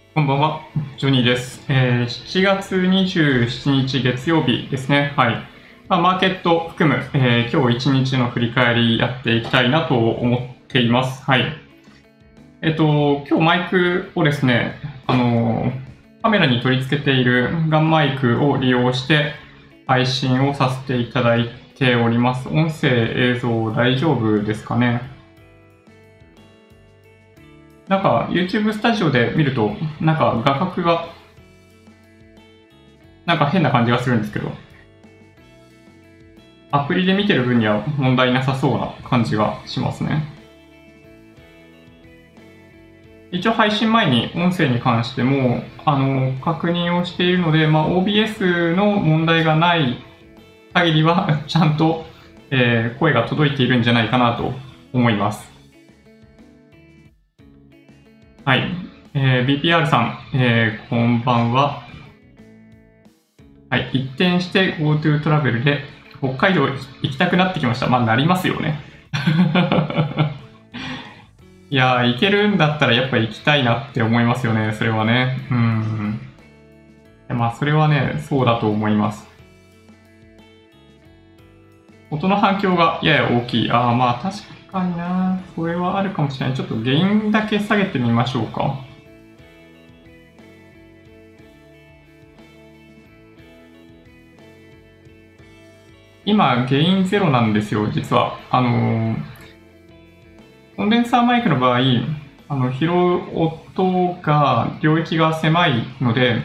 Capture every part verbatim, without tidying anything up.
こんばんは、ジョニーです。えー、しちがつにじゅうしちにち月曜日ですね。はい。まあ、マーケット含む、えー、今日いちにちの振り返りやっていきたいなと思っています。はい。えっと、今日マイクをですね、あの、カメラに取り付けているガンマイクを利用して配信をさせていただいております。音声、映像大丈夫ですかね。なんか YouTube スタジオで見ると、なんか画角が、なんか変な感じがするんですけど、アプリで見てる分には問題なさそうな感じがしますね。一応配信前に音声に関しても、あの、確認をしているので、まあ、オービーエス の問題がない限りは、ちゃんと、えー、声が届いているんじゃないかなと思います。はい。えー、ビーピーアール さん、えー、こんばんは。はい。一転して GoTo トラベルで北海道行きたくなってきました。まあ、なりますよね。いやー、行けるんだったらやっぱ行きたいなって思いますよね。それはね。うん。まあ、それはね、そうだと思います。音の反響がやや大きい。ああ、まあ、確かにな。それはあるかもしれない。ちょっと原因だけ下げてみましょうか。今、ゲインゼロなんですよ、実は。あのー、コンデンサーマイクの場合、あの拾う音が、領域が狭いので、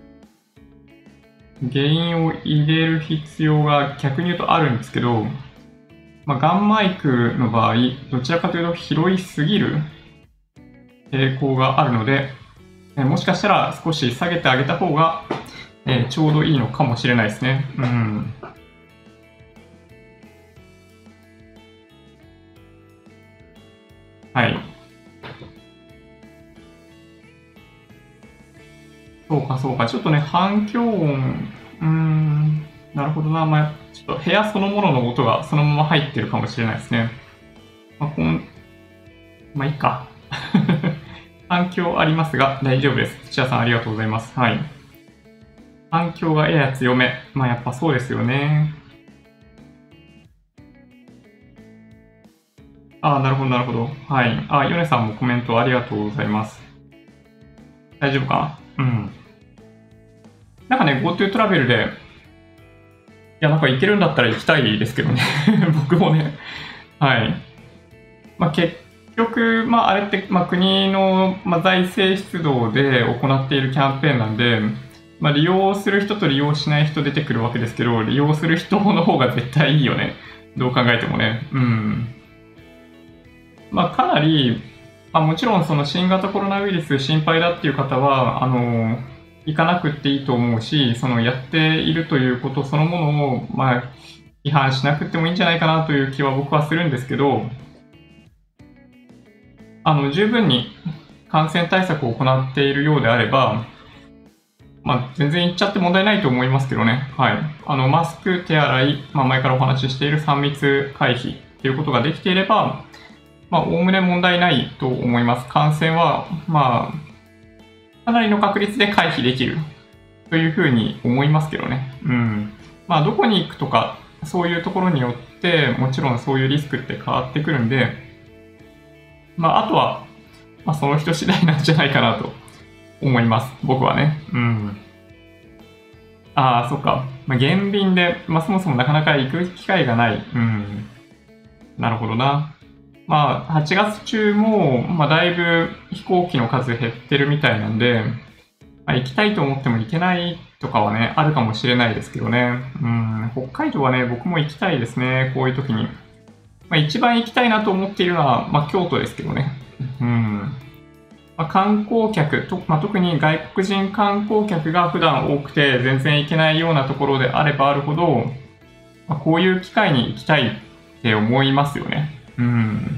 ゲインを入れる必要が逆に言うとあるんですけど、まあ、ガンマイクの場合、どちらかというと拾いすぎる傾向があるので、もしかしたら少し下げてあげた方が、えー、ちょうどいいのかもしれないですね。うん。はい。そうか、そうか。ちょっとね、反響音、うーん、なるほどな。まあ、ちょっと部屋そのものの音がそのまま入ってるかもしれないですね。まあ、こんまあ、いいか。反響ありますが大丈夫です。土屋さんありがとうございます。はい。反響がやや強め。まあ、やっぱそうですよね。ああ、なるほど、なるほど。はい。あ、ヨネさんもコメントありがとうございます。大丈夫かな。うん。なんかね、GoTo トラベルで、いや、なんか行けるんだったら行きたいですけどね。僕もね。はい。まあ、結局、まあ、あれって、まあ、国の、まあ、財政出動で行っているキャンペーンなんで、まあ、利用する人と利用しない人出てくるわけですけど、利用する人の方が絶対いいよね。どう考えてもね。うん。まあ、かなり、まあ、もちろんその新型コロナウイルス心配だっていう方は、あの、行かなくていいと思うし、そのやっているということそのものを、まあ、批判しなくてもいいんじゃないかなという気は僕はするんですけど、あの、十分に感染対策を行っているようであれば、まあ、全然行っちゃって問題ないと思いますけどね。はい。あの、マスク、手洗い、まあ、前からお話ししているさん密回避ということができていれば、まあ、おおむね問題ないと思います。感染は、まあ、かなりの確率で回避できるというふうに思いますけどね。うん。まあ、どこに行くとか、そういうところによって、もちろんそういうリスクって変わってくるんで、まあ、あとは、まあ、その人次第なんじゃないかなと思います。僕はね。うん。ああ、そっか。まあ、減便で、まあ、そもそもなかなか行く機会がない。うん。なるほどな。まあ、はちがつ中も、まあ、だいぶ飛行機の数減ってるみたいなんで、まあ、行きたいと思っても行けないとかはね、あるかもしれないですけどね。うん。北海道はね、僕も行きたいですね。こういう時に。まあ、一番行きたいなと思っているのは、まあ、京都ですけどね。うん。まあ、観光客と、まあ、特に外国人観光客が普段多くて全然行けないようなところであればあるほど、まあ、こういう機会に行きたいって思いますよね。うん。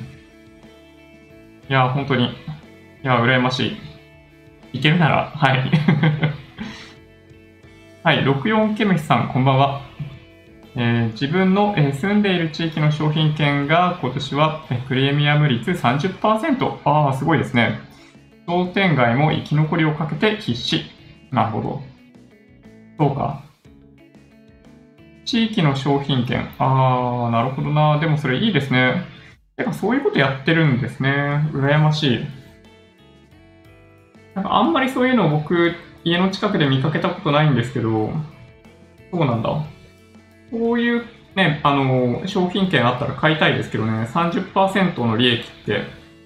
いや、本当に。いや、羨ましい。行けるなら、はい。はい、ろくじゅうよんケムシさん、こんばんは。えー、自分の、えー、住んでいる地域の商品券が今年は、えー、プレミアム率さんじゅっパーセント。ああ、すごいですね。 商店街も生き残りをかけて必死。なるほど。そうか。地域の商品券。あー、なるほどな。でもそれいいですね。てかそういうことやってるんですね。羨ましい。なんかあんまりそういうのを僕、家の近くで見かけたことないんですけど、そうなんだ。こういうね、あの、商品券あったら買いたいですけどね、さんじゅっパーセントの利益って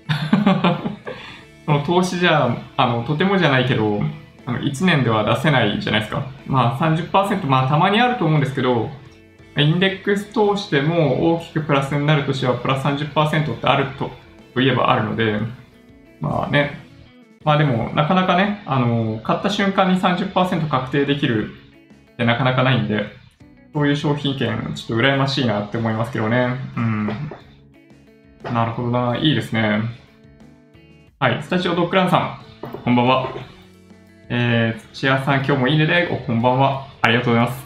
その投資じゃ、あの、とてもじゃないけど、あのいちねんでは出せないじゃないですか。まあさんじゅっパーセント、まあたまにあると思うんですけど、インデックス通しても大きくプラスになる年はプラスさんじゅっパーセントってあると、といえばあるので、まあね、まあでもなかなかね、あの、買った瞬間にさんじゅっパーセント確定できるってなかなかないんで、そういう商品券、ちょっと羨ましいなって思いますけどね。うん。なるほどな。いいですね。はい。スタジオドッグランさん、こんばんは。えー、土屋さん、今日もいいねで、おこんばんは。ありがとうございます。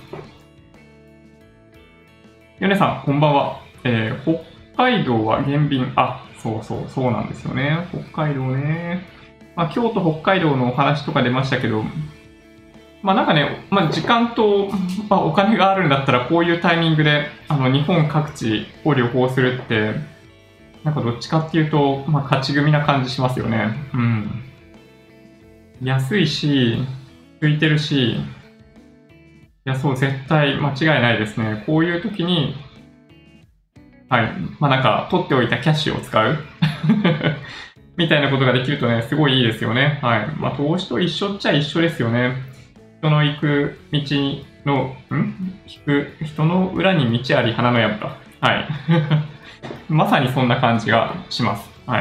ヨネさん、こんばんは。えー、北海道は減便、あ、そうそう、そうなんですよね。北海道ね。まあ、京都、北海道のお話とか出ましたけど、まあなんかね、まあ、時間と、まあ、お金があるんだったら、こういうタイミングであの日本各地を旅行するって、なんかどっちかっていうと、まあ、勝ち組な感じしますよね。うん。安いし、空いてるし、いや、そう、絶対間違いないですね。こういう時に、はい、まあなんか、取っておいたキャッシュを使うみたいなことができるとね、すごいいいですよね。はい。まあ、投資と一緒っちゃ一緒ですよね。人の行く道の、ん引く、人の裏に道あり花のやぶか。はい。まさにそんな感じがします。はい。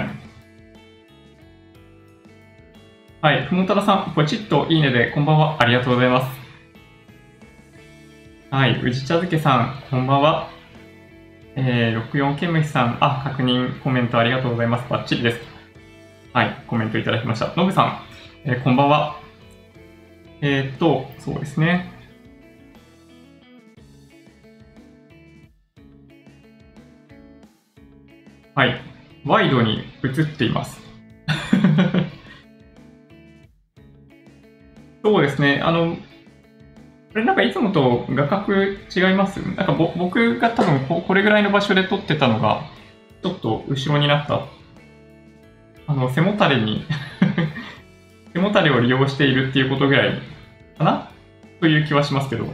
はい。ふもたださん、ポチッといいねで、こんばんは。ありがとうございます。はい。宇治茶漬けさん、こんばんは。えー、ろくよんけむしさん、あ、確認、コメントありがとうございます。バッチリです。はい。コメントいただきました。のぶさん、えー、こんばんは。えー、っと、そうですね。はい。ワイドに映っています。そうですね。あの、これなんかいつもと画角違います？なんかぼ僕が多分ここれぐらいの場所で撮ってたのが、ちょっと後ろになった。あの、背もたれに背もたれを利用しているっていうことぐらいかなという気はしますけど。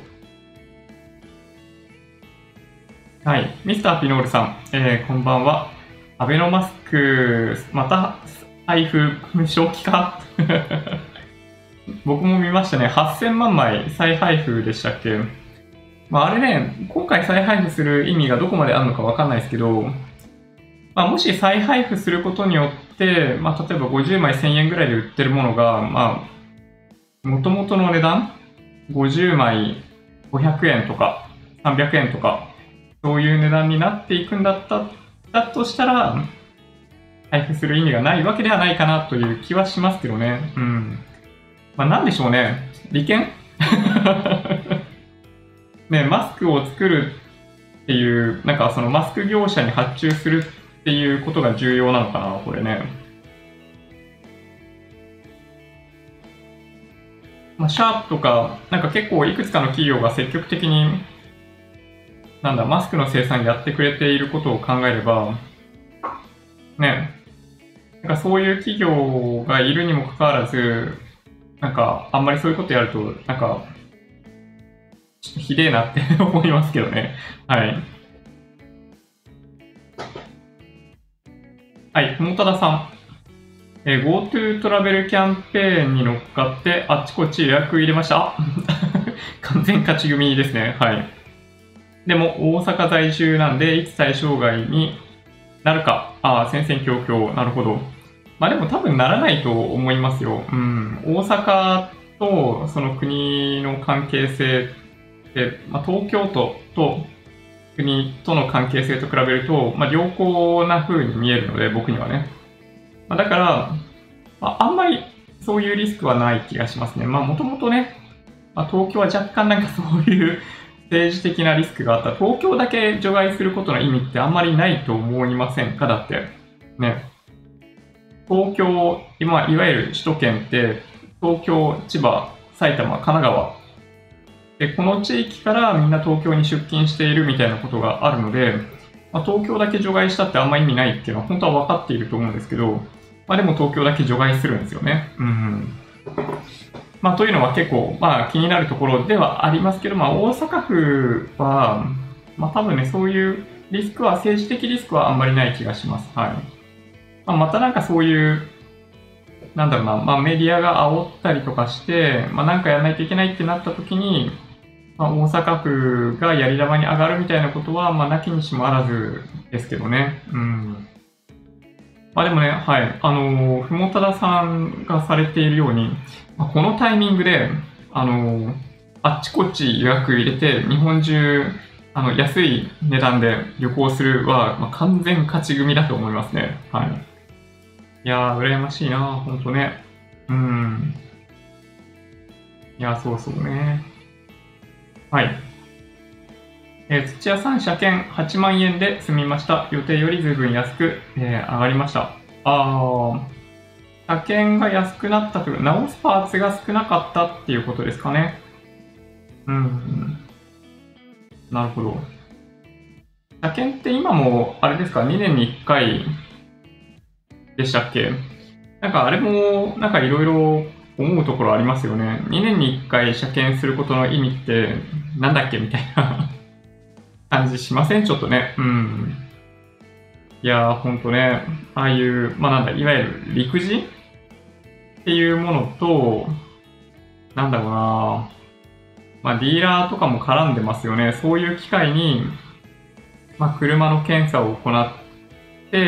はい。ミスターピノールさん、えー、こんばんは。アベノマスク、また配布無償期か僕も見ましたね。はっせんまんまい再配布でしたっけ？まあ、あれね、今回再配布する意味がどこまであるのかわかんないですけど、まあ、もし再配布することによって、まあ、例えばごじゅうまいせんえんぐらいで売ってるものが、まあ、もともとの値段、ごじゅうまいごひゃくえんとかさんびゃくえんとか、そういう値段になっていくんだっただとしたら、配布する意味がないわけではないかなという気はしますけどね。うん。まあ、なんでしょうね。利権ね、マスクを作るっていう、なんかそのマスク業者に発注するっていうことが重要なのかな、これね。まあ、シャープとか、なんか結構いくつかの企業が積極的に、なんだ、マスクの生産やってくれていることを考えれば、ね、なんかそういう企業がいるにもかかわらず、なんかあんまりそういうことやると、なんか、ちょっとひでえなって思いますけどね。はい。はい、もたださん。えー、GoTo トラベルキャンペーンに乗っかってあっちこっち予約入れました。あ完全勝ち組ですね。はい。でも大阪在住なんで、いつ対象外になるか。ああ、戦々恐々。なるほど。まあでも多分ならないと思いますよ。うん。大阪とその国の関係性って、まあ、東京都と国との関係性と比べると、まあ、良好な風に見えるので、僕にはね。まあ、だから、まあ、あんまりそういうリスクはない気がしますね。まあもともとね、まあ、東京は若干なんかそういう政治的なリスクがあった。東京だけ除外することの意味ってあんまりないと思いませんか？だって。ね。 東京、今、いわゆる首都圏って、東京、千葉、埼玉、神奈川。で、この地域からみんな東京に出勤しているみたいなことがあるので、まあ、東京だけ除外したってあんま意味ないっていうのは本当は分かっていると思うんですけど、まあ、でも東京だけ除外するんですよね。うん。まあ、というのは結構、まあ、気になるところではありますけど、まあ、大阪府は、まあ、多分ね、そういうリスクは、政治的リスクはあんまりない気がします。はい。まあ、またなんかそういう、なんだろうな、まあ、メディアが煽ったりとかして、まあ、なんかやらないといけないってなった時に、まあ、大阪府がやり玉に上がるみたいなことは、まあ、なきにしもあらずですけどね。うん。まあ、でもね、はい。あのー、ふもたださんがされているように、まあ、このタイミングで、あのー、あっちこっち予約入れて、日本中、あの、安い値段で旅行するは、まあ、完全勝ち組だと思いますね。はい。いやー、羨ましいな、ほんとね。うん。いや、そうそうね。はい。えー、土屋さん、車検はちまんえんで済みました。予定よりずいぶん安く、えー、上がりました。あー、車検が安くなったというか、直すパーツが少なかったっていうことですかね。うん。なるほど。車検って今も、あれですか、にねんにいっかいでしたっけ？なんかあれも、なんかいろいろ思うところありますよね。にねんにいっかい車検することの意味って、なんだっけみたいな感じしません？ちょっとね。うん。いやー、ほんとね、ああいう、まあなんだ、いわゆる陸自っていうものと、なんだろうな、まあディーラーとかも絡んでますよね。そういう機会に、まあ車の検査を行って、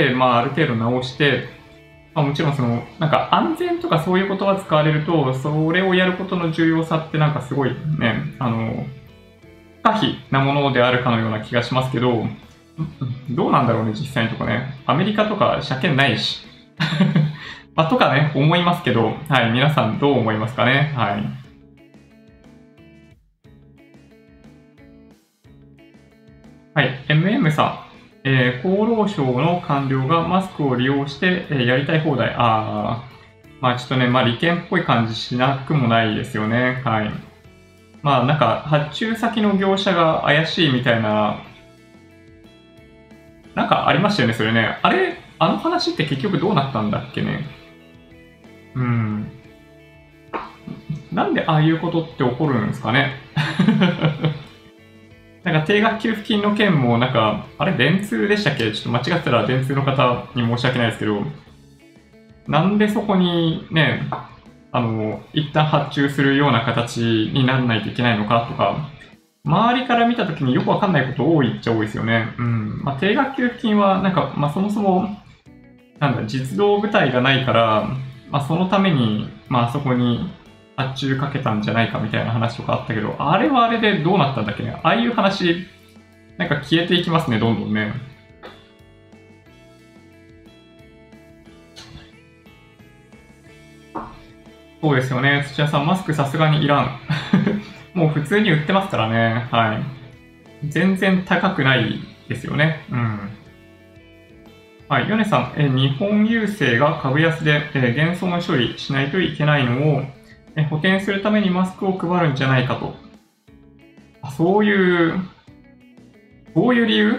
まあある程度直して、まあもちろんその、なんか安全とかそういう言葉使われると、それをやることの重要さってなんかすごいね、あの、不可避なものであるかのような気がしますけど、どうなんだろうね、実際のとこね。アメリカとか車検ないし。まあ、とかね、思いますけど、はい、皆さんどう思いますかね。はい。はい、エムエム さん、えー、厚労省の官僚がマスクを利用して、えー、やりたい放題。あー、まあちょっとね、まあ利権っぽい感じしなくもないですよね。はい。まあなんか、発注先の業者が怪しいみたいな、なんかありましたよね、それね。あれ、あの話って結局どうなったんだっけね。うん。なんでああいうことって起こるんですかね。なんか定額給付金の件も、なんか、あれ、電通でしたっけ？ちょっと間違ってたら電通の方に申し訳ないですけど、なんでそこにね、あの、一旦発注するような形にならないといけないのかとか、周りから見たときによくわかんないこと多いっちゃ多いですよね。うん。まあ、定額給付金は、なんか、まあ、そもそも、なんだ、実動部隊がないから、まあ、そのために、まあ、あそこに発注かけたんじゃないかみたいな話とかあったけど、あれはあれでどうなったんだっけね。ああいう話、なんか消えていきますね、どんどんね。そうですよね。土屋さん、マスクさすがにいらん。もう普通に売ってますからね。はい。全然高くないですよね。うん。はい。ヨネさん、え日本郵政が株安で、え減損処理しないといけないのを、え補填するためにマスクを配るんじゃないかと。あ、そういう、そういう理由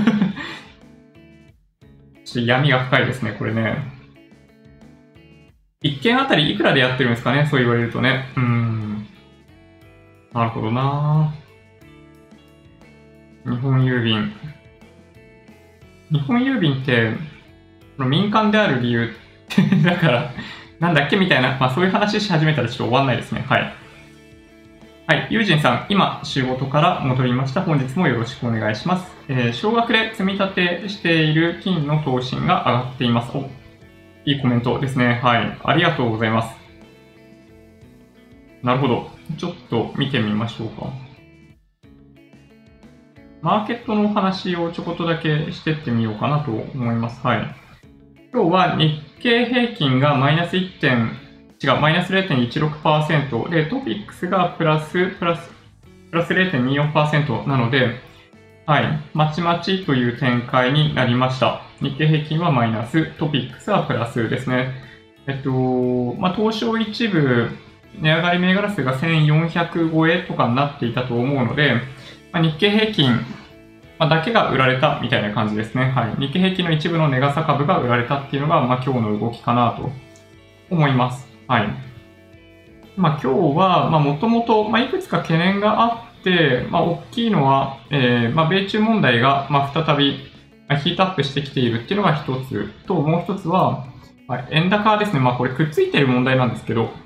ちょっと闇が深いですね、これね。一件あたりいくらでやってるんですかね、そう言われるとね。うん。なるほどな。日本郵便。日本郵便って、民間である理由ってだから、なんだっけみたいな、まあそういう話し始めたらちょっと終わんないですね。はい。はい、ユージンさん、今仕事から戻りました。本日もよろしくお願いします。えー、少額で積み立てしている金の投信が上がっています。お、いいコメントですね。はい。ありがとうございます。なるほど。ちょっと見てみましょうか。マーケットのお話をちょこっとだけしてってみようかなと思います。はい。今日は日経平均がマイナスいってん、違う、マイナス れいてんいちろくパーセント で、トピックスがプラス、プラス、プラス れいてんによんパーセント なので、はい、まちまちという展開になりました。 日経平均はマイナス、トピックスはプラスですね。えっと、まあ、東証一部、値上がり銘柄数がせんよんひゃく超えとかになっていたと思うので、まあ、日経平均だけが売られたみたいな感じですね。はい。日経平均の一部の値傘株が売られたっていうのが、まあ、今日の動きかなと思います。はい。まあ、今日は、まあ、もともと、まあ、いくつか懸念があって、まあ、大きいのは、えー、まあ、米中問題が、まあ、再びヒートアップしてきているっていうのが一つと、もう一つは、まあ、円高ですね。まあ、これくっついている問題なんですけど、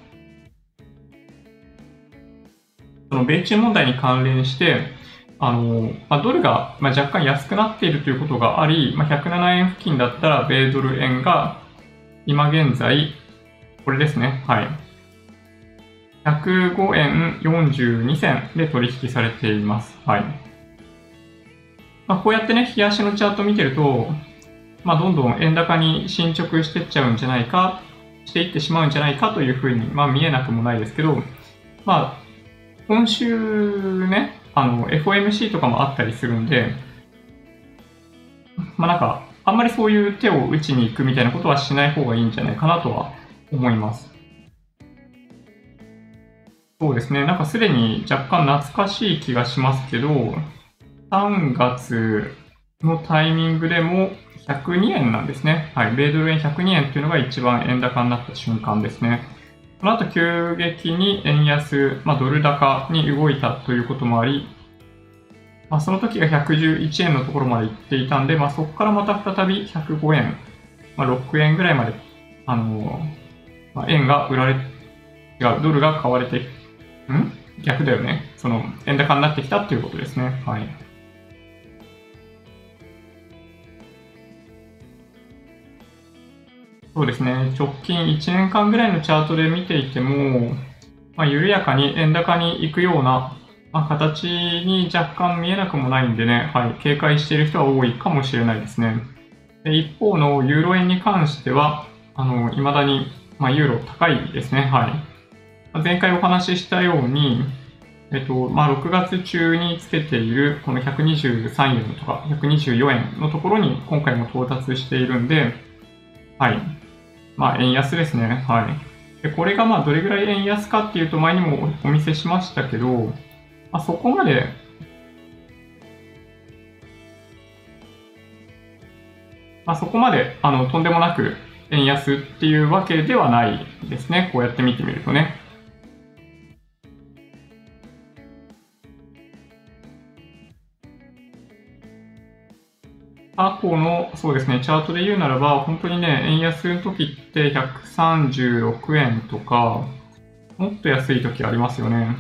その米中問題に関連して、あの、まあ、ドルが、まあ、若干安くなっているということがあり、まあ、ひゃくななえん付近だったら、米ドル円が、今現在、これですね。はい。ひゃくごえんよんじゅうにせんで取引されています。はい。まあ、こうやってね、日足のチャート見てると、まあ、どんどん円高に進捗していっちゃうんじゃないか、していってしまうんじゃないかというふうに、まあ、見えなくもないですけど、まあ、今週ね、あの、エフオーエムシー とかもあったりするんで、まあ、なんか、あんまりそういう手を打ちに行くみたいなことはしない方がいいんじゃないかなとは思います。そうですね。なんかすでに若干懐かしい気がしますけど、さんがつのタイミングでもひゃくにえんなんですね。はい。米ドル円ひゃくにえんっていうのが一番円高になった瞬間ですね。その後急激に円安、まあ、ドル高に動いたということもあり、まあ、その時がひゃくじゅういちえんのところまで行っていたんで、まあ、そこからまた再びひゃくごえん、まあ、ろくえんぐらいまで、あのーまあ、円が売られ、違う、ドルが買われてん逆だよね。その、円高になってきたっていうことですね。はい。そうですね。直近いちねんかんぐらいのチャートで見ていても、まあ、緩やかに円高に行くような、まあ、形に若干見えなくもないんでね、はい。警戒している人は多いかもしれないですね。で一方のユーロ円に関しては、あの、未だに、まあ、ユーロ高いですね。はい。前回お話ししたように、えっと、まあ、ろくがつ中につけているこのひゃくにじゅうさんえんとかひゃくにじゅうよえんのところに今回も到達しているんで、はい。まあ、円安ですね。はい。で、これがまあ、どれぐらい円安かっていうと前にもお見せしましたけど、まあ、そこまで、まあ、そこまで、あの、とんでもなく円安っていうわけではないですね。こうやって見てみるとね。過去の、そうですね、チャートで言うならば、本当にね、円安の時ってひゃくさんじゅうろくえんとか、もっと安い時ありますよね。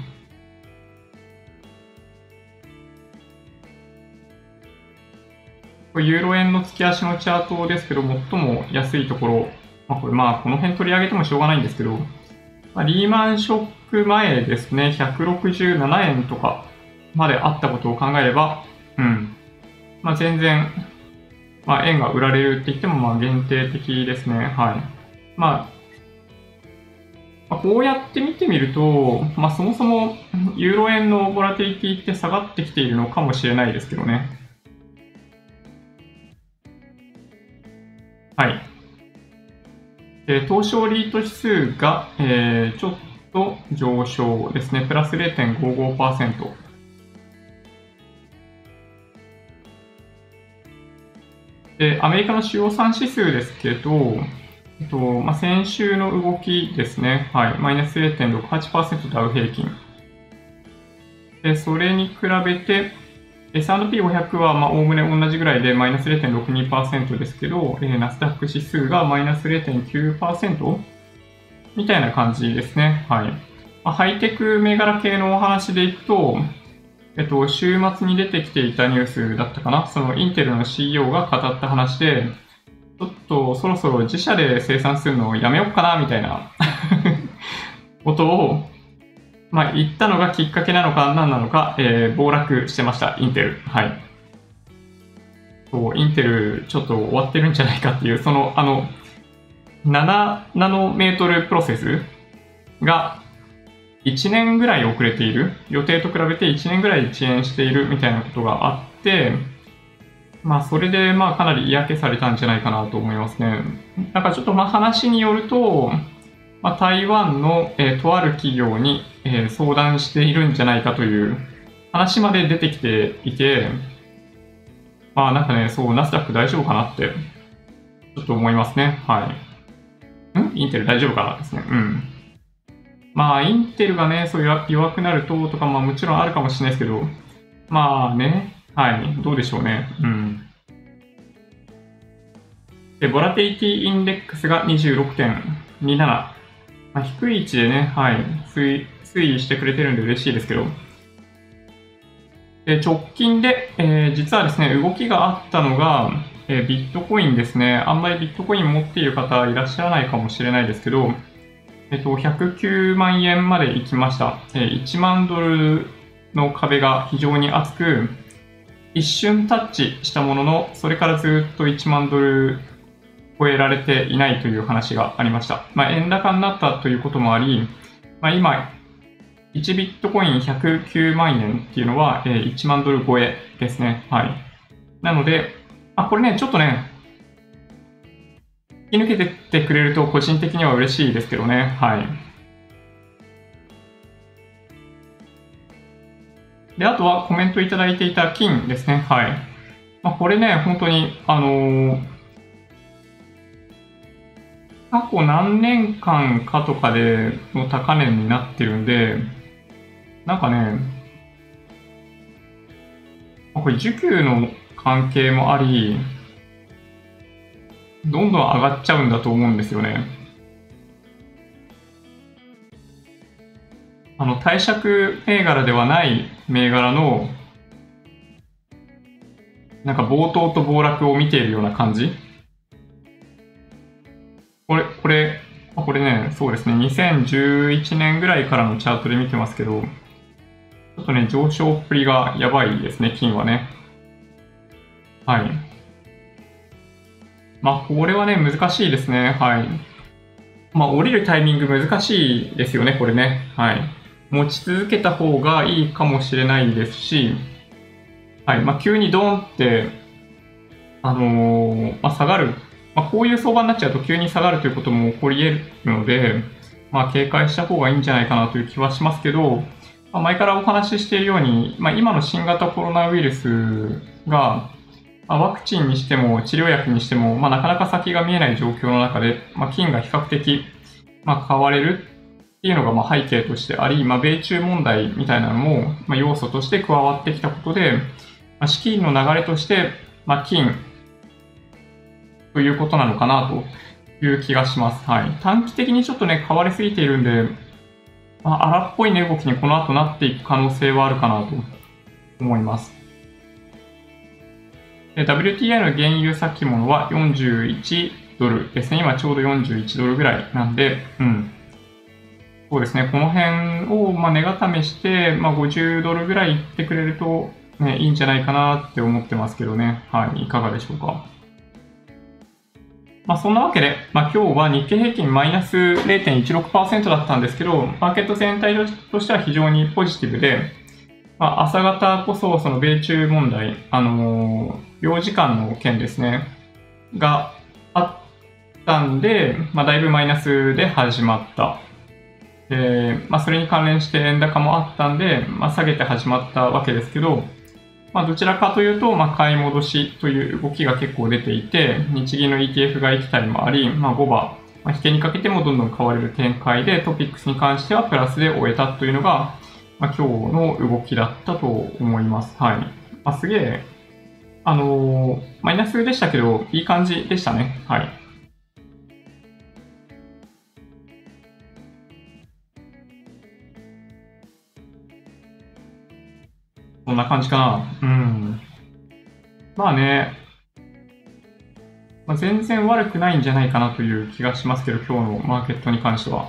これユーロ円の月足のチャートですけど、最も安いところ、まあ、これまあ、この辺取り上げてもしょうがないんですけど、まあ、リーマンショック前ですね、ひゃくろくじゅうななえんとかまであったことを考えれば、うん。まあ、全然、まあ、円が売られるって言っても、まあ、限定的ですね。はい。まあ、こうやって見てみると、まあ、そもそも、ユーロ円のボラティリティって下がってきているのかもしれないですけどね。はい。で東証リート指数が、えー、ちょっと上昇ですね。プラス れいてんごごパーセント。で、アメリカの主要産指数ですけど、えっとまあ、先週の動きですね。はい。マイナス れいてんろくはちパーセント ダウ平均。で、それに比べて、エスアンドピーごひゃく は、まあ、おおむね同じぐらいでマイナス れいてんろくにパーセント ですけど、えー、ナスダック指数がマイナス れいてんきゅうパーセント みたいな感じですね。はい。まあ、ハイテク銘柄系のお話でいくと、えっと、週末に出てきていたニュースだったかな。そのインテルの シーイーオー が語った話で、ちょっとそろそろ自社で生産するのをやめようかな、みたいなことを、まあ、言ったのがきっかけなのか何なのか、えー、暴落してました、インテル。はい。そう、インテルちょっと終わってるんじゃないかっていう、その、あの、ななナノメートルプロセスがいちねんぐらい遅れている。予定と比べていちねんぐらい遅延しているみたいなことがあって、 まあ、それで、まあ、かなり嫌気されたんじゃないかなと思いますね。なんかちょっと、まあ、話によると、まあ、台湾の、えーとある企業に、えー相談しているんじゃないかという話まで出てきていて、まあ、なんかね、そう、ナスダック大丈夫かなって、ちょっと思いますね。はい。んインテル大丈夫かなですね。うん。まあ、インテルがね、そういう弱くなるととか、まあもちろんあるかもしれないですけど、まあね、はい、どうでしょうね。うん。で、ボラティリティインデックスが にじゅうろくてんになな。まあ、低い位置でね、はい、推推移してくれてるんで嬉しいですけど、で直近で、えー実はですね、動きがあったのが、えービットコインですね。あんまりビットコイン持っている方いらっしゃらないかもしれないですけど、えっと、ひゃくきゅうまん円まで行きました。えーいちまんドルの壁が非常に厚く、一瞬タッチしたものの、それからずっといちまんドル超えられていないという話がありました。まあ、円高になったということもあり、まあ、今、いちビットコインひゃくきゅうまん円っていうのは、えーいちまんドル超えですね。はい。なので、あ、これね、ちょっとね、引き抜けてってくれると個人的には嬉しいですけどね。はい。で、あとはコメントいただいていた金ですね。はい。まあ、これね、本当に、あのー過去何年間かとかでの高値になってるんで、なんかね、これ需給の関係もあり、どんどん上がっちゃうんだと思うんですよね。あの、貸借銘柄ではない銘柄の、なんか暴騰と暴落を見ているような感じ。これ、これ、あこれね、そうですね、にせんじゅういちねんぐらいからのチャートで見てますけど、ちょっとね、上昇っぷりがやばいですね、金はね。はい。まあ、これはね、難しいですね。はい。まあ、降りるタイミング難しいですよね、これね。はい。持ち続けた方がいいかもしれないですし、はい。まあ、急にドーンって、あのーまあ、下がる。まあ、こういう相場になっちゃうと急に下がるということも起こり得るので、まあ、警戒した方がいいんじゃないかなという気はしますけど、まあ、前からお話ししているように、まあ、今の新型コロナウイルスが、まあ、ワクチンにしても治療薬にしても、まあ、なかなか先が見えない状況の中で、まあ、金が比較的、まあ、買われるっていうのがまあ背景としてあり、まあ、米中問題みたいなのもまあ要素として加わってきたことで、まあ、資金の流れとして、まあ、金ということなのかなという気がします。はい。短期的にちょっとね、買われすぎているんで、まあ、荒っぽい値動きにこの後なっていく可能性はあるかなと思います。で ダブリューティーアイ の原油先物はよんじゅういちドルですね。今ちょうどよんじゅういちドルぐらいなんで、うん。そうですね。この辺を、まあ、値固めして、まあ、ごじゅうドルぐらいいってくれると、ね、いいんじゃないかなって思ってますけどね。はい。いかがでしょうか。まあ、そんなわけで、まあ、今日は日経平均マイナス れいてんいちろくパーセント だったんですけど、マーケット全体としては非常にポジティブで、まあ、朝方こそその米中問題、あのー、領事館の件ですね、があったんで、まあ、だいぶマイナスで始まった。で、まあ、それに関連して円高もあったんで、まあ、下げて始まったわけですけど、まあ、どちらかというと、まあ、買い戻しという動きが結構出ていて、日銀の イーティーエフ 買い期待もあり、まあ、ごば、まあ、引けにかけてもどんどん買われる展開で、トピックスに関してはプラスで終えたというのが、まあ、今日の動きだったと思います。はい。まあ、すげえ、あのー、マイナスでしたけど、いい感じでしたね。はい。こんな感じかな。うん。まあね、まあ、全然悪くないんじゃないかなという気がしますけど、今日のマーケットに関しては。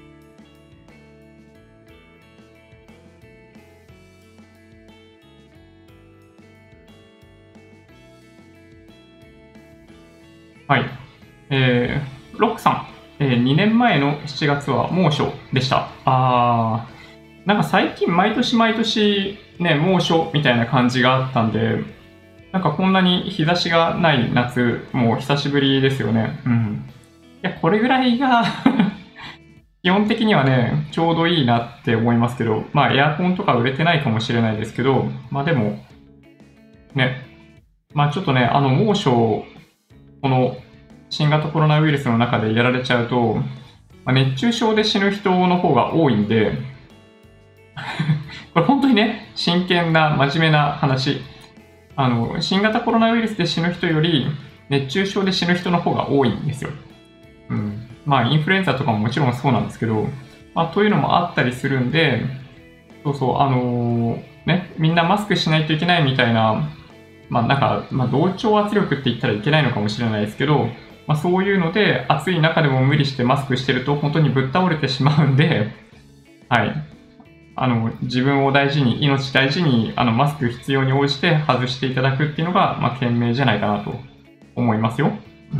はい。えー、ロックさん、えー、にねんまえのしちがつは猛暑でした。あー、なんか最近毎年毎年ね、猛暑みたいな感じがあったんで、 なんかこんなに日差しがない夏、もう久しぶりですよね。うん。いや、これぐらいが基本的にはね、ちょうどいいなって思いますけど、まあエアコンとか売れてないかもしれないですけど、まあでも、ね、まあちょっとね、あの猛暑、この新型コロナウイルスの中でやられちゃうと、まあ、熱中症で死ぬ人の方が多いんで、これ本当にね、真剣な真面目な話。あの、新型コロナウイルスで死ぬ人より、熱中症で死ぬ人の方が多いんですよ。うん。まあ、インフルエンザとかももちろんそうなんですけど、まあ、というのもあったりするんで、そうそう、あのーね、みんなマスクしないといけないみたいな、まあ、なんか、まあ、同調圧力って言ったらいけないのかもしれないですけど、まあ、そういうので、暑い中でも無理してマスクしてると、本当にぶっ倒れてしまうんで、はい。あの、自分を大事に、命大事に、あの、マスク必要に応じて外していただくっていうのが、まあ、賢明じゃないかなと思いますよ。うん。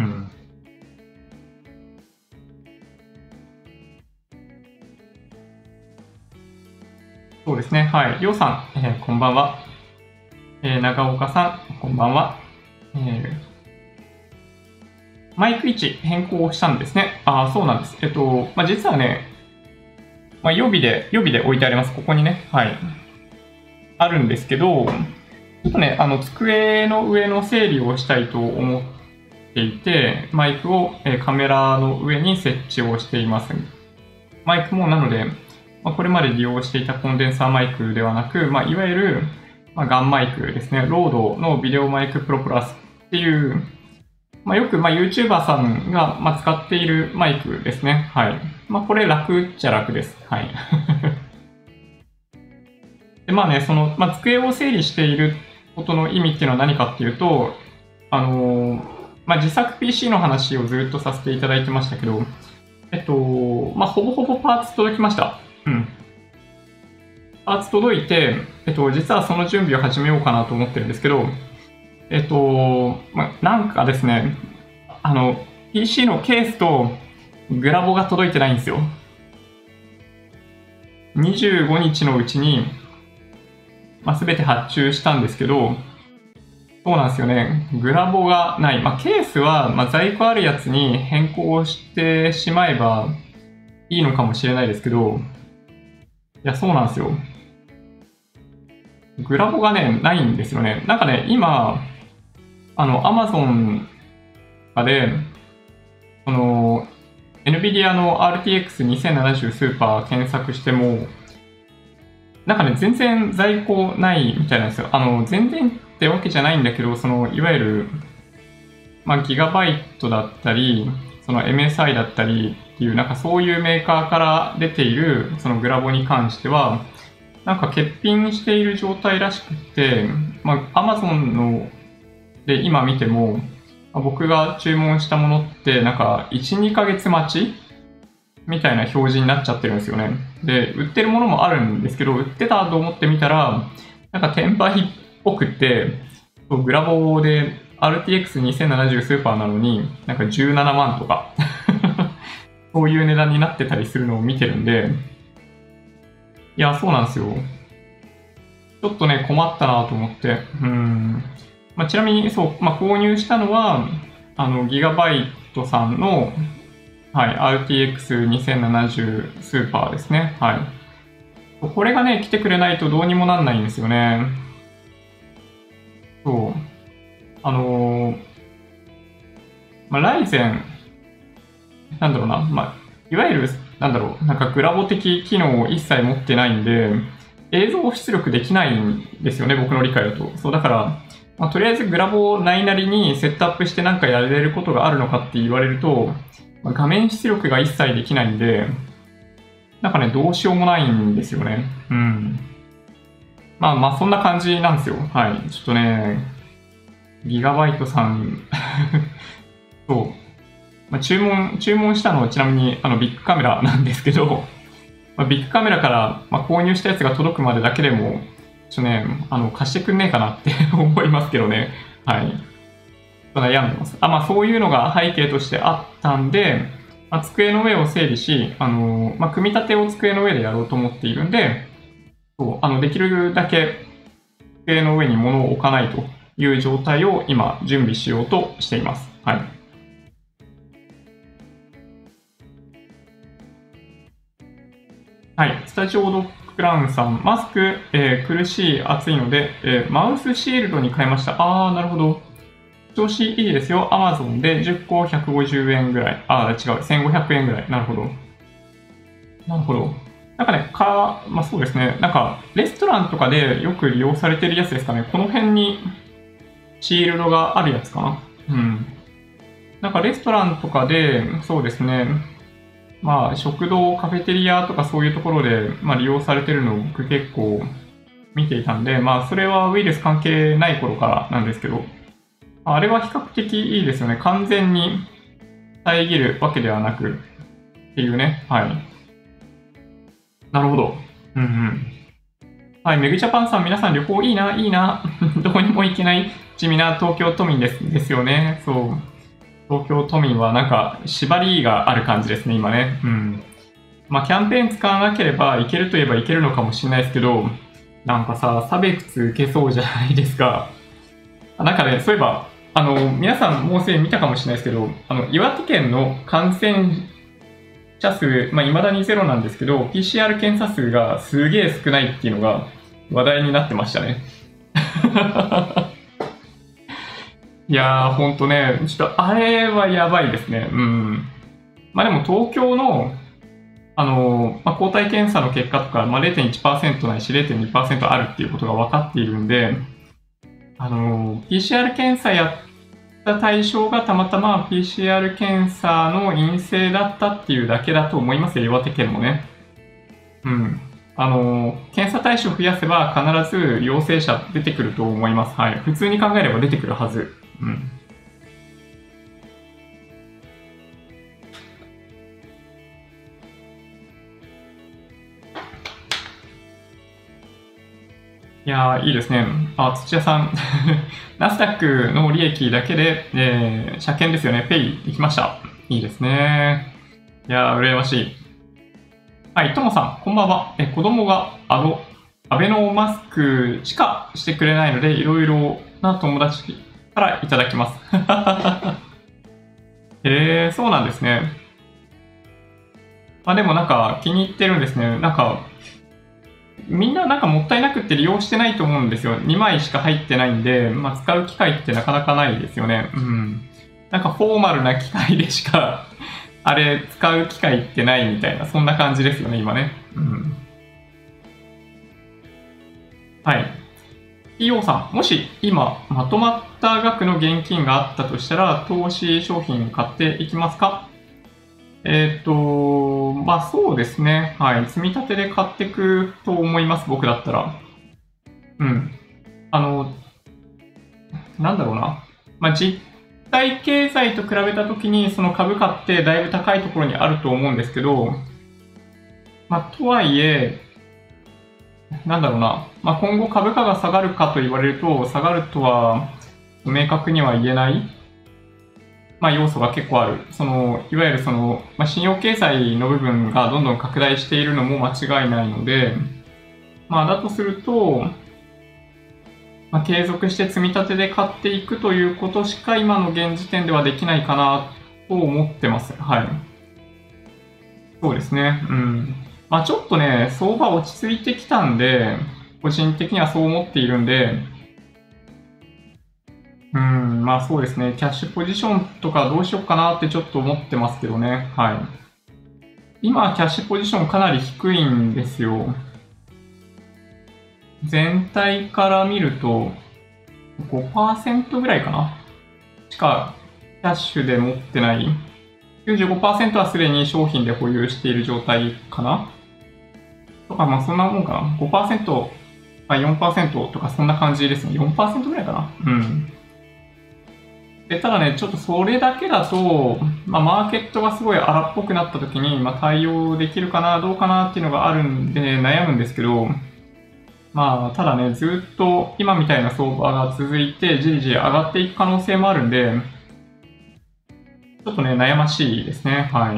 そうですね。はい。りょうさん、えーこんばんは。えー長岡さん、こんばんは。えーマイク位置変更したんですね。ああ、そうなんです。えっと、まあ、実はね、まあ、予備で、予備で置いてあります。ここにね。はい。あるんですけど、ちょっとね、あの、机の上の整理をしたいと思っていて、マイクを、えーカメラの上に設置をしています。マイクもなので、まあ、これまで利用していたコンデンサーマイクではなく、まあ、いわゆる、まあ、ガンマイクですね。ロードのビデオマイクプロプラスっていう、まあ、よく、まあ、YouTuber さんが、まあ、使っているマイクですね。はい。まあ、これ楽っちゃ楽です。はい。で、まあね、その、まあ、机を整理していることの意味っていうのは何かっていうと、あのーまあ、自作 ピーシー の話をずっとさせていただいてましたけど、えっと、まあ、ほぼほぼパーツ届きました。うん。パーツ届いて、えっと、実はその準備を始めようかなと思ってるんですけど、えっと、まあ、なんかですね、あの、ピーシー のケースとグラボが届いてないんですよ。にじゅうごにちのうちに、まあ、全て発注したんですけど、そうなんですよね。グラボがない。まあ、ケースは、まあ、在庫あるやつに変更してしまえばいいのかもしれないですけど、いや、そうなんですよ。グラボがね、ないんですよね。なんかね、今、あの、Amazon で、その、NVIDIA の アールティーエックスにせんななじゅう スーパー検索しても、なんかね、全然在庫ないみたいなんですよ。あの、全然ってわけじゃないんだけど、その、いわゆる、まあ、ギガバイトだったり、その エムエスアイ だったりっていう、なんかそういうメーカーから出ている、そのグラボに関しては、なんか欠品している状態らしくて、まあ、Amazon ので今見ても、僕が注文したものって、なんかいち、にかげつ待ちみたいな表示になっちゃってるんですよね。で、売ってるものもあるんですけど、売ってたと思ってみたら、なんか転売っぽくて、グラボで アールティーエックスにせんななじゅう スーパーなのに、なんかじゅうななまんとかそういう値段になってたりするのを見てるんで、いや、そうなんですよ。ちょっとね、困ったなと思って。うん。まあ、ちなみに、そう、まあ、購入したのは、あの、ギガバイトさんの、はい、アールティーエックスにせんななじゅう スーパーですね。はい。これがね、来てくれないとどうにもなんないんですよね。そう。あのー、まあ、ライゼン、なんだろうな、まあ、いわゆる、なんだろう、なんかグラボ的機能を一切持ってないんで、映像出力できないんですよね、僕の理解だと。そう、だから、まあ、とりあえずグラボをないなりにセットアップしてなんかやれることがあるのかって言われると、まあ、画面出力が一切できないんで、なんかね、どうしようもないんですよね。うん。まあまあ、そんな感じなんですよ。はい。ちょっとね、ギガバイトさんそう。まあ、注文、注文したのはちなみにあのビッグカメラなんですけど、まあ、ビッグカメラから、まあ、購入したやつが届くまでだけでも、ちょっとね、あの、貸してくんねえかなって思いますけどね。はい。悩んでます。あ、まあそういうのが背景としてあったんで、まあ、机の上を整理し、あの、まあ、組み立てを机の上でやろうと思っているんで、そう、あの、できるだけ机の上に物を置かないという状態を今準備しようとしています。はい。はい、スタジオドッグクラウンさん、マスク、えー、苦しい、暑いので、えー、マウスシールドに変えました。あー、なるほど。調子いいですよ。Amazon でじゅっこひゃくごじゅうえんぐらい。あー、違う。せんごひゃくえんぐらい。なるほど。なるほど。なんかね、か、まあそうですね。なんか、レストランとかでよく利用されてるやつですかね。この辺にシールドがあるやつかな。うん。なんかレストランとかで、そうですね。まあ、食堂、カフェテリアとかそういうところで、まあ、利用されてるのを僕結構見ていたんで、まあ、それはウイルス関係ない頃からなんですけど、あれは比較的いいですよね。完全に遮るわけではなくっていうね。はい。なるほど。うんうん。はい、メグジャパンさん、皆さん旅行いいな、いいな。どこにも行けない地味な東京都民ですですよね。そう。東京都民はなんか縛りがある感じですね、今ね。うん。まあ、キャンペーン使わなければいけるといえばいけるのかもしれないですけど、なんかさ、差別受けそうじゃないですか。なんかね、そういえば、あの、皆さんもうすでに見たかもしれないですけど、あの、岩手県の感染者数、まあ、未だにゼロなんですけど、ピーシーアール 検査数がすげえ少ないっていうのが話題になってましたね。いやー、ほんとね、ちょっとあれはやばいですね。うん。まあでも東京の、あの、まあ、抗体検査の結果とか、まあ、れいてんいちパーセントないし れいてんにパーセント あるっていうことが分かっているんで、あの、ピーシーアール 検査やった対象がたまたま ピーシーアール 検査の陰性だったっていうだけだと思いますよ、岩手県もね。うん。あの、検査対象増やせば必ず陽性者出てくると思います。はい。普通に考えれば出てくるはず。うん。いやー、いいですね。あ、土屋さん。ナスダックの利益だけで、えー、車検ですよね。ペイ行きました。いいですね。いやー、羨ましい。はい、ともさん、こんばんは。え、子供があの、アベノマスクしかしてくれないので、いろいろな友達からいただきます。へえー、そうなんですね。まあでもなんか気に入ってるんですね。なんか、みんななんかもったいなくって利用してないと思うんですよ。にまいしか入ってないんで、まあ、使う機会ってなかなかないですよね。うん。なんかフォーマルな機械でしかあれ使う機会ってないみたいな、そんな感じですよね、今ね。うん。はい。イーオー さん、もし今まとまった額の現金があったとしたら、投資商品買っていきますか？えっ、ー、と、まあそうですね。はい。積み立てで買っていくと思います、僕だったら。うん。あの、なんだろうな。まあ実体経済と比べたときに、その株価ってだいぶ高いところにあると思うんですけど、まあとはいえ、なんだろうな。まあ今後株価が下がるかと言われると、下がるとは明確には言えない。まあ、要素が結構ある。その、いわゆるその、まあ、信用経済の部分がどんどん拡大しているのも間違いないので、まあ、だとすると、まあ、継続して積み立てで買っていくということしか今の現時点ではできないかなと思ってます。はい。そうですね。うん。まあ、ちょっとね、相場落ち着いてきたんで、個人的にはそう思っているんで、うん、まあそうですね。キャッシュポジションとかどうしようかなってちょっと思ってますけどね。はい。今、キャッシュポジションかなり低いんですよ。全体から見るとごパーセントぐらいかなしかキャッシュで持ってない。きゅうじゅうごパーセントはすでに商品で保有している状態かなとか、まあそんなもんかな。ごパーセント、あ、よんパーセントとかそんな感じですね。よんパーセントぐらいかな。うん。で、ただね、ちょっとそれだけだと、まあ、マーケットがすごい荒っぽくなった時に、まあ、対応できるかな、どうかなっていうのがあるんで悩むんですけど、まあ、ただね、ずっと今みたいな相場が続いて、じりじり上がっていく可能性もあるんで、ちょっとね、悩ましいですね。はい。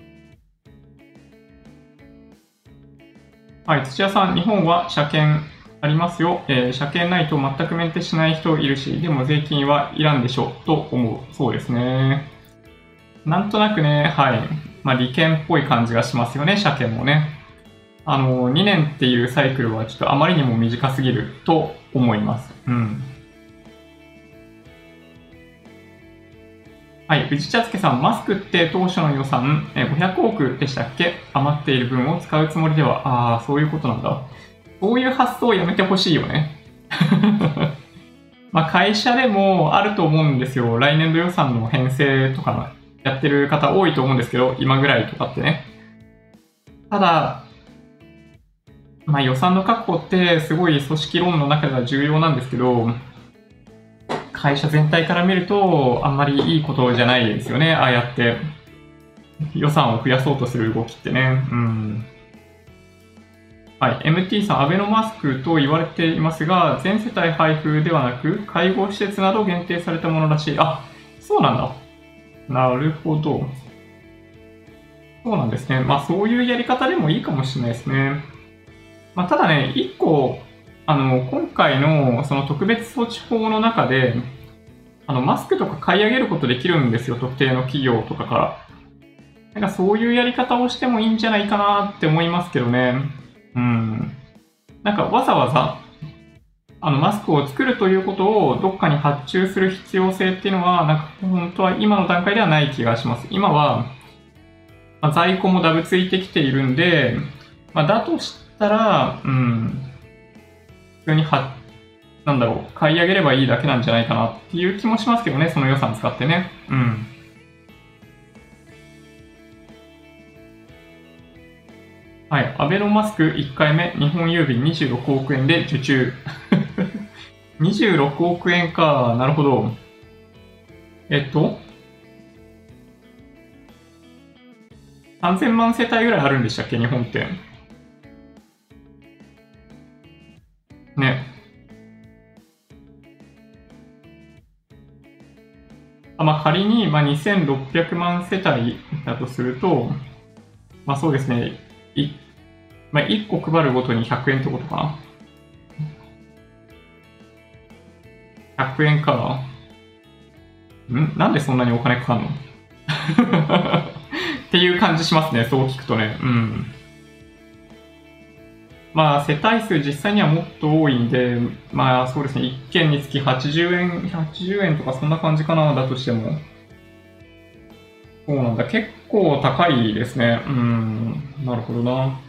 はい、土屋さん、日本は車検ありますよ。えー、車検ないと全くメンテしない人いるし、でも税金はいらんでしょうと思う。そうですね。なんとなくね、はい。まあ、利権っぽい感じがしますよね、車検もね。あの、にねんっていうサイクルはちょっとあまりにも短すぎると思います。うん。はい、藤茶助さん、マスクって当初の予算ごひゃくおくでしたっけ？余っている分を使うつもりでは、ああ、そういうことなんだ。そういう発想をやめてほしいよね。まあ会社でもあると思うんですよ。来年度予算の編成とかやってる方多いと思うんですけど、今ぐらいとかってね。ただ、まあ予算の確保ってすごい組織論の中では重要なんですけど、会社全体から見るとあんまりいいことじゃないですよね。ああやって予算を増やそうとする動きってね。うん。はい、エムティー さん、アベノマスクと言われていますが、全世帯配布ではなく、介護施設など限定されたものらしい。あ、そうなんだ。なるほど。そうなんですね。まあ、そういうやり方でもいいかもしれないですね。まあ、ただね、一個、あの、今回のその特別措置法の中で、あの、マスクとか買い上げることできるんですよ、特定の企業とかから。なんかそういうやり方をしてもいいんじゃないかなって思いますけどね。うん。なんかわざわざ、あの、マスクを作るということをどっかに発注する必要性っていうのは、なんか本当は今の段階ではない気がします。今は、まあ、在庫もだぶついてきているんで、まあ、だとしたら、うん、普通には、なんだろう、買い上げればいいだけなんじゃないかなっていう気もしますけどね、その予算使ってね。うん。はい。アベノマスクいっかいめ、日本郵便にじゅうろくおくえんで受注。にじゅうろくおくえんか。なるほど。えっと、さんぜんまん世帯ぐらいあるんでしたっけ、日本って。ね。あまあ、仮に、まあ、にせんろっぴゃくまん世帯だとすると、まあそうですね。い、まあ、いっこ配るごとにひゃくえんってことかな。ひゃくえんか。んなんでそんなにお金かかるのっていう感じしますね、そう聞くとね。うん。まあ、世帯数実際にはもっと多いんで、まあそうですね、いっけんにつきはちじゅうえん、はちじゅうえんとかそんな感じかな、だとしても。そうなんだ、結構高いですね。うん、なるほどな。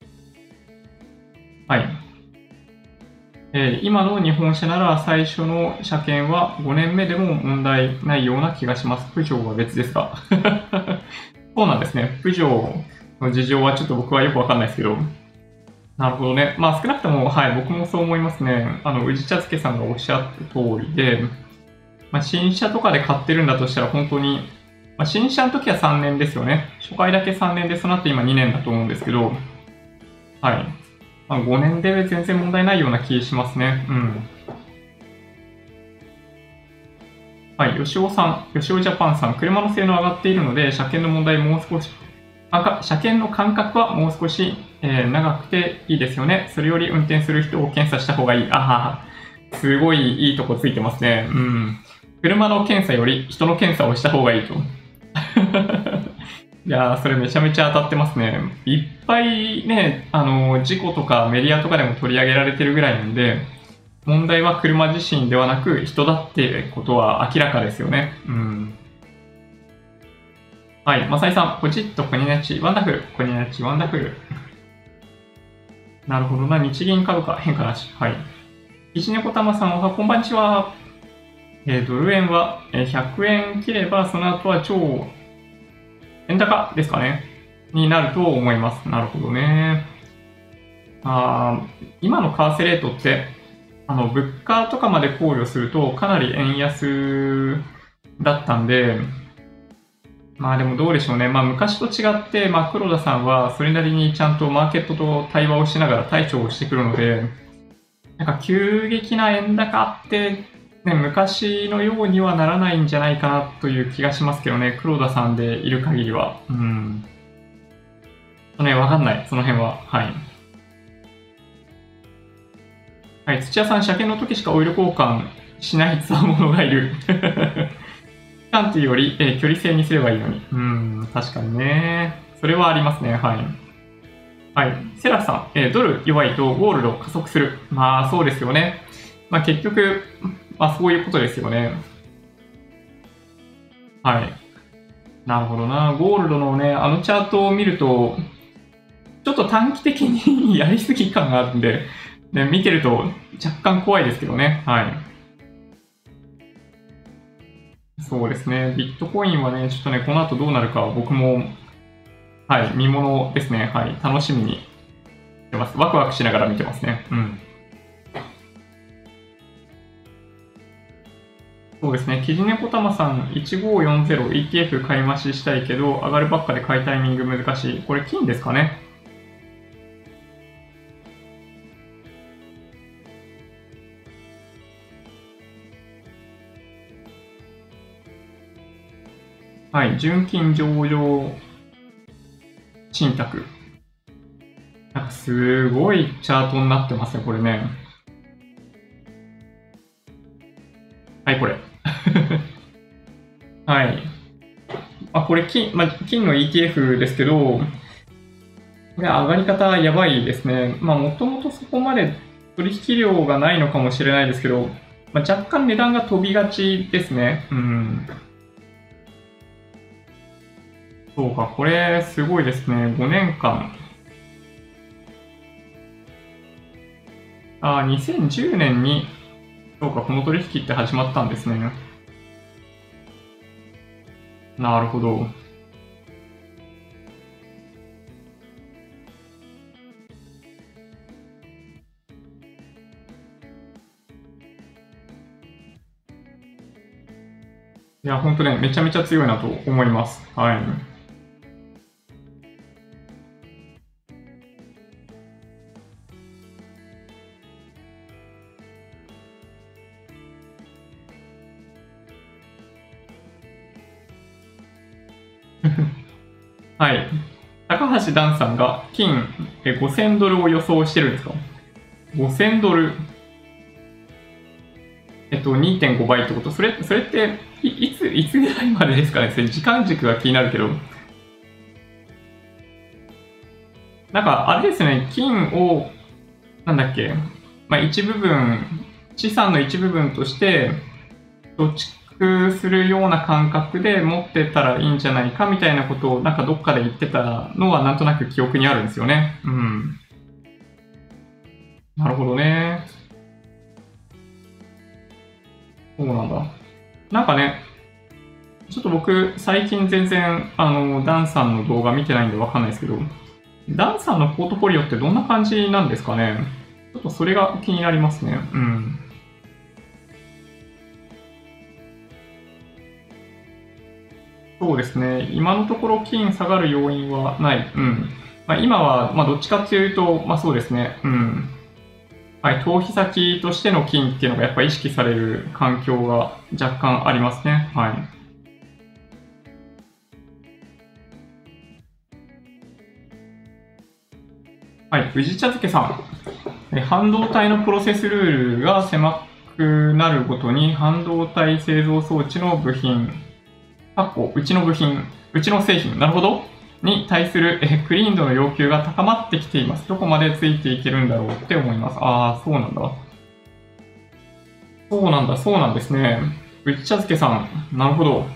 はい。えー今の日本車なら最初の車検はごねんめでも問題ないような気がします。プジョーは別ですが。そうなんですね。プジョーの事情はちょっと僕はよくわかんないですけど。なるほどね。まあ少なくとも、はい、僕もそう思いますね。あの、宇治茶漬さんがおっしゃった通りで、まあ、新車とかで買ってるんだとしたら本当に、まあ、新車の時はさんねんですよね。初回だけさんねんで、その後今にねんだと思うんですけど、はい。まあ、ごねんで全然問題ないような気しますね。うん。はい、吉尾さん、吉尾ジャパンさん、車の性能上がっているので、車検の問題もう少し、車検の間隔はもう少し、えー長くていいですよね。それより運転する人を検査した方がいい。あはは、すごいいいとこついてますね。うん。車の検査より人の検査をした方がいいと。いやー、それめちゃめちゃ当たってますね。いっぱいね、あの、事故とかメディアとかでも取り上げられてるぐらいなんで、問題は車自身ではなく人だってことは明らかですよね。うん。はい、マサイさん、ポチッとコニナチ、ワンダフル、コニナチ、ワンダフル。なるほどな、日銀株価変化なし。はい。石猫玉さん、おはこんばんちは。えー、ドル円はひゃくえん切れば、その後は超円高ですかね。になると思います。なるほどね。あ今の為替レートって、あの、物価とかまで考慮すると、かなり円安だったんで、まあでもどうでしょうね。まあ昔と違って、まあ黒田さんはそれなりにちゃんとマーケットと対話をしながら対処をしてくるので、なんか急激な円高って、ね、昔のようにはならないんじゃないかなという気がしますけどね。黒田さんでいる限りは。うん。ね、わかんない。その辺は。はい。 はい、土屋さん、車検の時しかオイル交換しないつわものがいる。期間っていうより、えー距離制にすればいいのに。うーん、確かにね。それはありますね。はい。はい。セラフさん、えードル弱いとゴールド加速する。まあ、そうですよね。まあ、結局、まあ、そういうことですよね。はい。なるほどな。ゴールドのね、あのチャートを見ると、ちょっと短期的にやりすぎ感があるんで、ね、見てると若干怖いですけどね。はい。そうですね。ビットコインはね、ちょっとね、この後どうなるか僕も、はい、見ものですね。はい、楽しみにしてます。ワクワクしながら見てますね。うん。そうですね。キジネコタマさん、いちごーよんゼロ イーティーエフ 買い増ししたいけど、上がるばっかで買いタイミング難しい。これ金ですかね。はい、純金上場信託。なんかすごいチャートになってますね、これね。はい、これ。はい。あ、これ金、まあ、金の イーティーエフ ですけど、これ上がり方やばいですね。まあ、もともとそこまで取引量がないのかもしれないですけど、まあ、若干値段が飛びがちですね。うん。そうか、これすごいですね。ごねんかん。あ、にせんじゅうねんに、そうか、この取引って始まったんですね。なるほど。いや、ほんとね、めちゃめちゃ強いなと思います。はい。はい。高橋ダンさんが金えごせんドルを予想してるんですか？ ごせん ドル、えっと、にてんごばいってこと？それ、それってい、いつ、いつぐらいまでですかね？それ時間軸が気になるけど。なんか、あれですね、金を、なんだっけ、まあ、一部分、資産の一部分として、貯蓄するような感覚で持ってたらいいんじゃないかみたいなことを、なんかどっかで言ってたのは、なんとなく記憶にあるんですよね。うん。なるほどね。そうなんだ。なんかね、ちょっと僕、最近全然、あの、ダンさんの動画見てないんでわかんないですけど、ダンさんのポートフォリオってどんな感じなんですかね？ちょっとそれが気になりますね。うん。そうですね。今のところ金下がる要因はない。うん。まあ、今は、まあ、どっちかっていうと、まあそうですね。うん。はい。逃避先としての金っていうのがやっぱ意識される環境が若干ありますね。はい。はい。宇治茶漬けさん。え半導体のプロセスルールが狭くなるごとに半導体製造装置の部品、かっこうちの部品、うちの製品、なるほど、に対するえクリーン度の要求が高まってきています。どこまでついていけるんだろうって思います。ああ、そうなんだ。そうなんだ、そうなんですね。うち茶漬けさん、なるほど。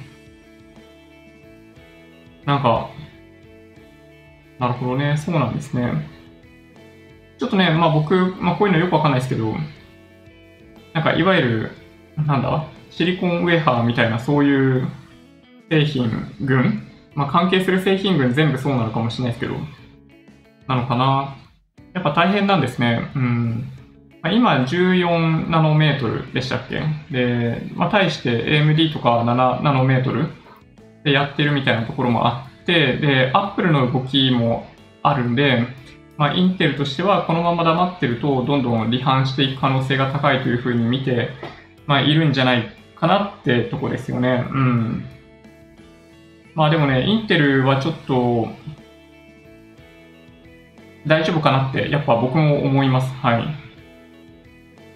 なんか、なるほどね、そうなんですね。ちょっとね、まあ僕、まあこういうのよくわかんないですけど、なんかいわゆる、なんだ、シリコンウェハーみたいなそういう製品群、まあ関係する製品群全部そうなのかもしれないですけど、なのかな。やっぱ大変なんですね。うん。まあ今じゅうよんナノメートルでしたっけ？で、まあ対して エーエムディー とかななナノメートルでやってるみたいなところもあって、で、Apple の動きもあるんで、まあ、インテルとしてはこのまま黙ってるとどんどん離反していく可能性が高いというふうに見て、まあ、いるんじゃないかなってとこですよね。うん。まあでもね、インテルはちょっと大丈夫かなってやっぱ僕も思います。はい。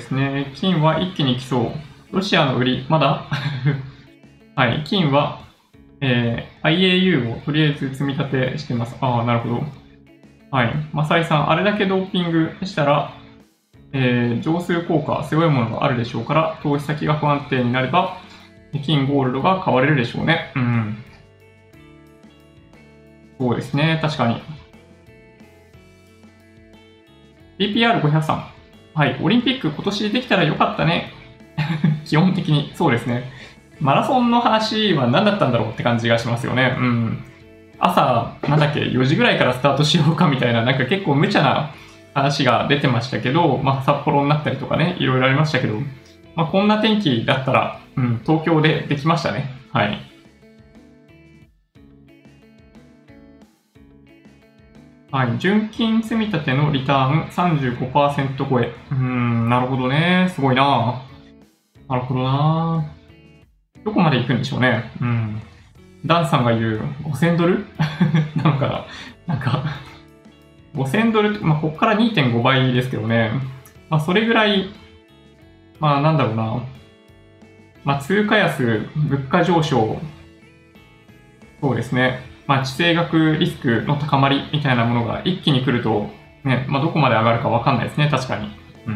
ですね。金は一気に来そう。ロシアの売り、まだはい、金は、えー、アイエーユー をとりあえず積み立てしてます。ああ、なるほど。はい。マサイさん、あれだけドーピングしたら、えー、乗数効果、すごいものがあるでしょうから、投資先が不安定になれば、金、ゴールドが買われるでしょうね。うん。そうですね、確かに。ビーピーアールごひゃく さん。はい、オリンピック今年できたらよかったね。基本的に、そうですね。マラソンの話は何だったんだろうって感じがしますよね。うん。朝、なんだっけ、よじぐらいからスタートしようかみたいな、なんか結構無茶な話が出てましたけど、まあ札幌になったりとかね、いろいろありましたけど、まあこんな天気だったら、うん、東京でできましたね。はい。はい、純金積み立てのリターン さんじゅうごパーセント 超え。うーん、なるほどね。すごいな。なるほどな。どこまで行くんでしょうね。うん。ダンさんが言うごせんドルなのかな。なんかごせんドル、まあ、ここから にてんご 倍ですけどね。まあ、それぐらい、まあ、なんだろうな。まあ、通貨安、物価上昇、そうですね。まあ、地政学リスクの高まりみたいなものが一気に来ると、ね、まあ、どこまで上がるかわかんないですね、確かに。うん。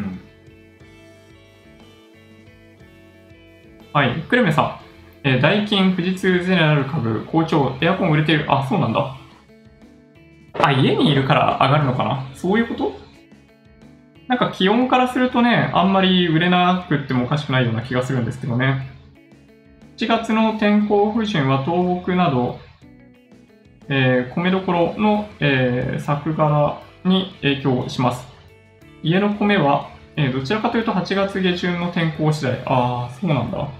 はい、久留米さん。えー、ダイキン富士通ゼネラル株好調、エアコン売れてる。あ、そうなんだ。あ、家にいるから上がるのかな。そういうこと？なんか気温からするとね、あんまり売れなくってもおかしくないような気がするんですけどね。しちがつの天候不順は東北など、えー、米どころの、えー、作柄に影響します。家の米は、えー、どちらかというとはちがつ下旬の天候次第。ああ、そうなんだ。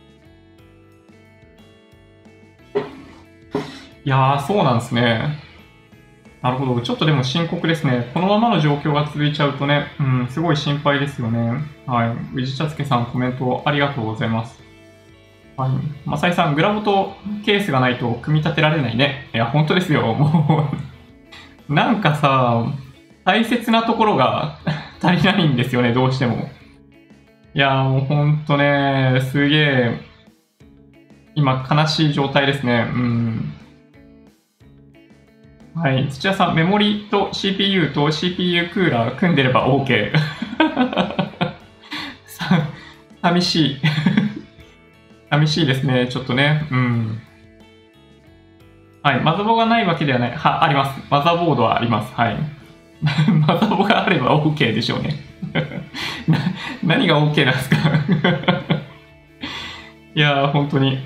いやー、そうなんですね。なるほど。ちょっとでも深刻ですね。このままの状況が続いちゃうとね、うん、すごい心配ですよね。はい。宇治茶漬さんコメントありがとうございます。はい。マサイさん、グラボとケースがないと組み立てられないね。いや、本当ですよ。もうなんかさ、大切なところが足りないんですよね、どうしても。いや、もうほんとね、すげえ、今悲しい状態ですね。うん。はい。土屋さん、メモリと シーピーユー と シーピーユー クーラー組んでれば OK。さ、寂しい。寂しいですね。ちょっとね。うん。はい。マザボがないわけではない。は、あります。マザボードはあります。はい。マザボがあれば OK でしょうね。な、何が OK なんですか？いやー、本当に。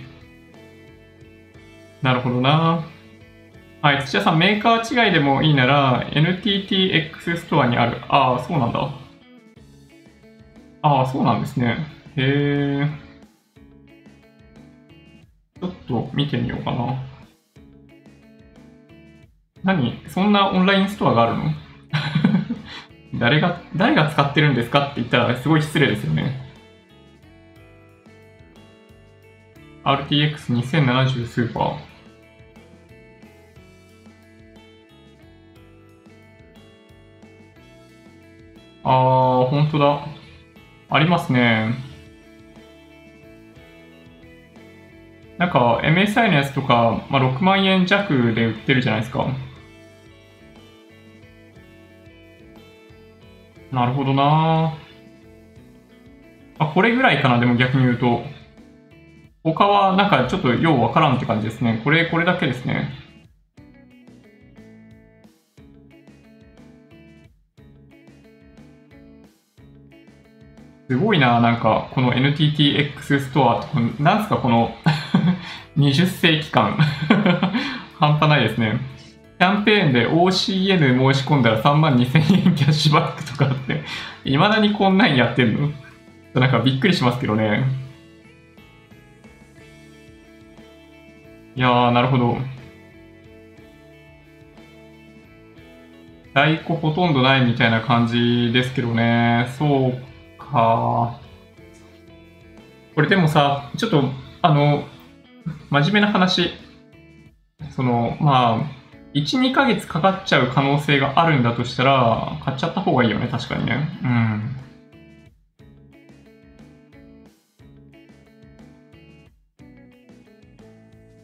なるほどな。はい、土屋さん、メーカー違いでもいいなら、エヌティーティーエックス ストアにある。ああ、そうなんだ。ああ、そうなんですね。へえ。ちょっと見てみようかな。何そんなオンラインストアがあるの？誰が、誰が使ってるんですかって言ったらすごい失礼ですよね。アールティーエックスにせんななじゅう スーパー。あー、ほんとだ。ありますね。なんか エムエスアイ のやつとか、まあ、ろくまんえん弱で売ってるじゃないですか。なるほどな。あ、これぐらいかな、でも逆に言うと。他はなんかちょっとようわからんって感じですね。これ、これだけですね。すごいな、なんか、この エヌティーティーエックス ストアって、なんすか、このにじゅっ世紀間半端ないですね。キャンペーンで オーシーエヌ 申し込んだらさんまんにせんえんキャッシュバックとかあって、いまだにこんなんやってんの？なんかびっくりしますけどね。いやー、なるほど。在庫ほとんどないみたいな感じですけどね。そうか。これでもさ、ちょっと、あの、真面目な話、その、まあ、いち、にかげつかかっちゃう可能性があるんだとしたら、買っちゃった方がいいよね、確かにね。うん。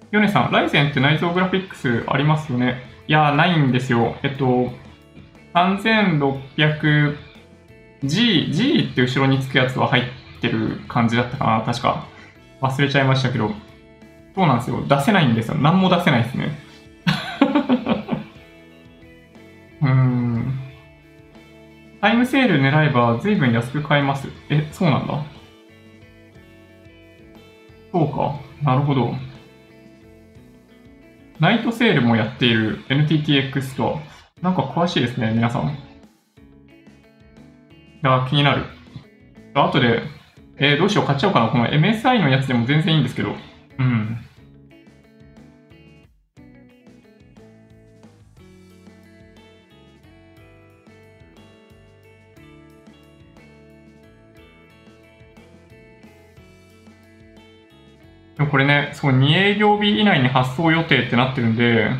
ヨネさん、ライゼンって内蔵グラフィックスありますよね。いやー、ないんですよ。えっと、さんぜんろっぴゃくジー、G って後ろにつくやつは入ってる感じだったかな、確か。忘れちゃいましたけど。そうなんですよ。出せないんですよ。何も出せないですね。うーん。タイムセール狙えば随分安く買えます。え、そうなんだ。そうか。なるほど。ナイトセールもやっている エヌティーティーエックス と、なんか詳しいですね、皆さん。いや、気になる。あとで、えー、どうしよう、買っちゃおうかな。この エムエスアイ のやつでも全然いいんですけど。うん。でもこれね、そう、に営業日以内に発送予定ってなってるんで、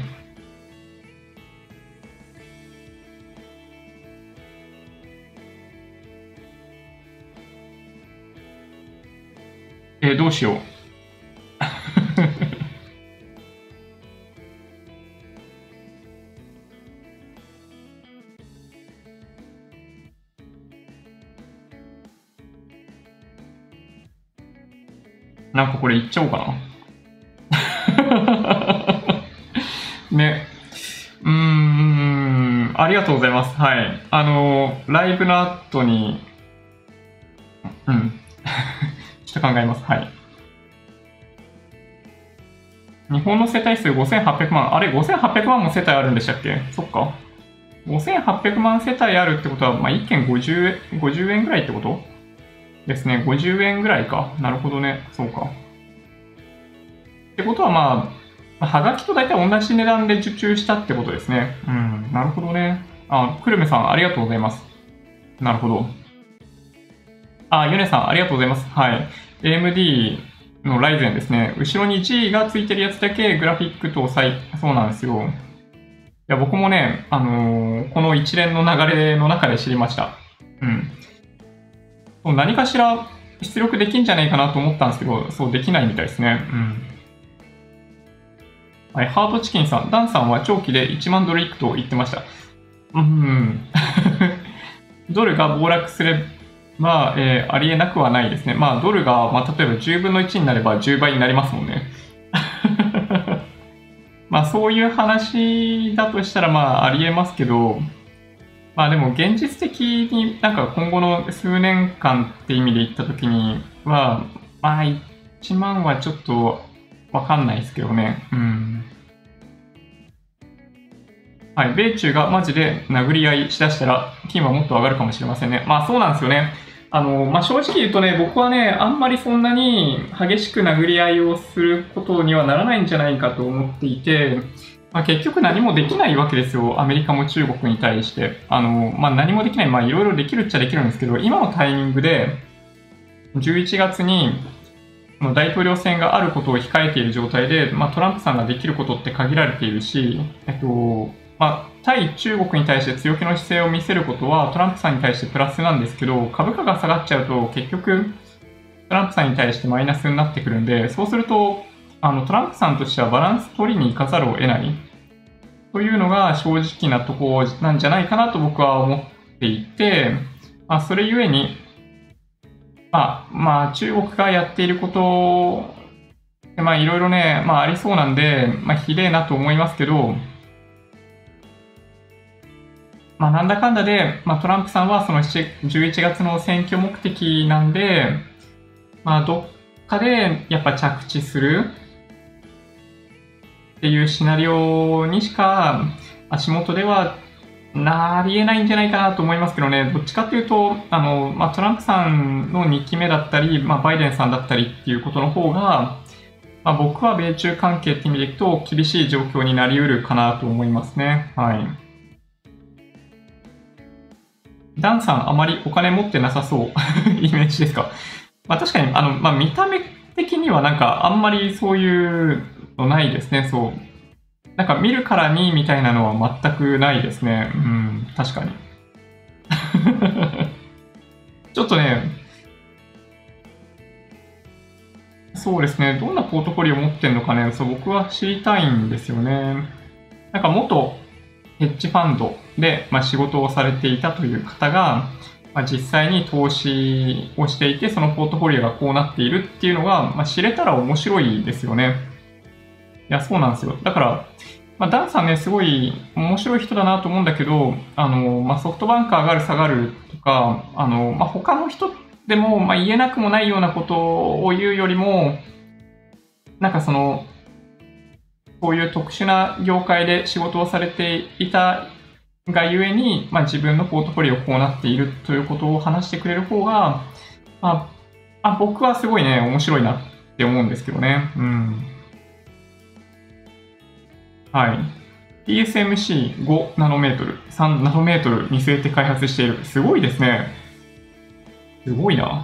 えー、どうしよう。なんかこれ言っちゃおうかな。ね。うーん、ありがとうございます。はい。あの、ライブの後に、うん。ちょっと考えます。はい。日本の世帯数ごせんはっぴゃくまん。あれ、ごせんはっぴゃくまんも世帯あるんでしたっけ？そっか。ごせんはっぴゃくまん世帯あるってことは、まあ、いっけんごじゅうえん、ごじゅうえんぐらいってことですね。ごじゅうえんぐらいか。なるほどね。そうか。ってことは、まあ、はがきと大体同じ値段で受注したってことですね。うん。なるほどね。あ、くるめさん、ありがとうございます。なるほど。あ、ヨネさん、ありがとうございます。はい。エーエムディー のライゼンですね。後ろに G がついてるやつだけグラフィック搭載。そうなんですよ。いや、僕もね、あのーこの一連の流れの中で知りました。うん。そう何かしら出力できんじゃないかなと思ったんですけど、そうできないみたいですね。うん。はい、ハートチキンさん、ダンさんは長期でいちまんドルいくと言ってました。うん。ドルが暴落すれば、えーありえなくはないですね。まあ、ドルが、まあ、例えばじゅうぶんのいちになればじゅうばいになりますもんね。まあ、そういう話だとしたら、まあ、ありえますけど、まあでも現実的になんか今後の数年間って意味で言ったときには、まあいちまんはちょっとわかんないですけどね。うん。はい。米中がマジで殴り合いしだしたら、金はもっと上がるかもしれませんね。まあそうなんですよね。あの、まあ正直言うとね、僕はね、あんまりそんなに激しく殴り合いをすることにはならないんじゃないかと思っていて、まあ、結局何もできないわけですよ。アメリカも中国に対して。あの、まあ何もできない。まあいろいろできるっちゃできるんですけど、今のタイミングで、じゅういちがつに大統領選があることを控えている状態で、まあ、トランプさんができることって限られているし、えっと、まあ、対中国に対して強気の姿勢を見せることはトランプさんに対してプラスなんですけど、株価が下がっちゃうと結局トランプさんに対してマイナスになってくるんで、そうするとあのトランプさんとしてはバランス取りに行かざるを得ないというのが正直なところなんじゃないかなと僕は思っていて、まあ、それゆえに、まあ、まあ、中国がやっていることまあいろいろね、まあありそうなんで、まあひでえなと思いますけど、まあなんだかんだで、まあトランプさんはそのじゅういちがつの選挙目的なんで、まあどっかでやっぱ着地するっていうシナリオにしか足元ではなりえないんじゃないかなと思いますけどね、どっちかというと、あの、まあトランプさんのにきめだったり、まあバイデンさんだったりっていうことの方が、まあ、僕は米中関係って意味でいくと厳しい状況になりうるかなと思いますね。はい。ダンさんあまりお金持ってなさそうイメージですか。まあ確かに、あの、まあ見た目的にはなんかあんまりそういうのないですね。そう。なんか見るからにみたいなのは全くないですね。うん、確かに。ちょっとね、 そうですね。どんなポートフォリオを持ってるのかね、そう、僕は知りたいんですよね。なんか元ヘッジファンドで、まあ、仕事をされていたという方が、まあ、実際に投資をしていて、そのポートフォリオがこうなっているっていうのが、まあ、知れたら面白いですよね。いや、そうなんですよ。だから、まあ、ダンさんね、すごい面白い人だなと思うんだけど、あの、まあ、ソフトバンク上がる下がるとか、あの、まあ、他の人でも、まあ、言えなくもないようなことを言うよりも、なんかその、こういう特殊な業界で仕事をされていたがゆえに、まあ、自分のポートフォリオこうなっているということを話してくれる方が、まあ、あ僕はすごいね、面白いなって思うんですけどね。うん。はい。ティーエスエムシーご ナノメートル、さんナノメートル見据えて開発している。すごいですね。すごいな。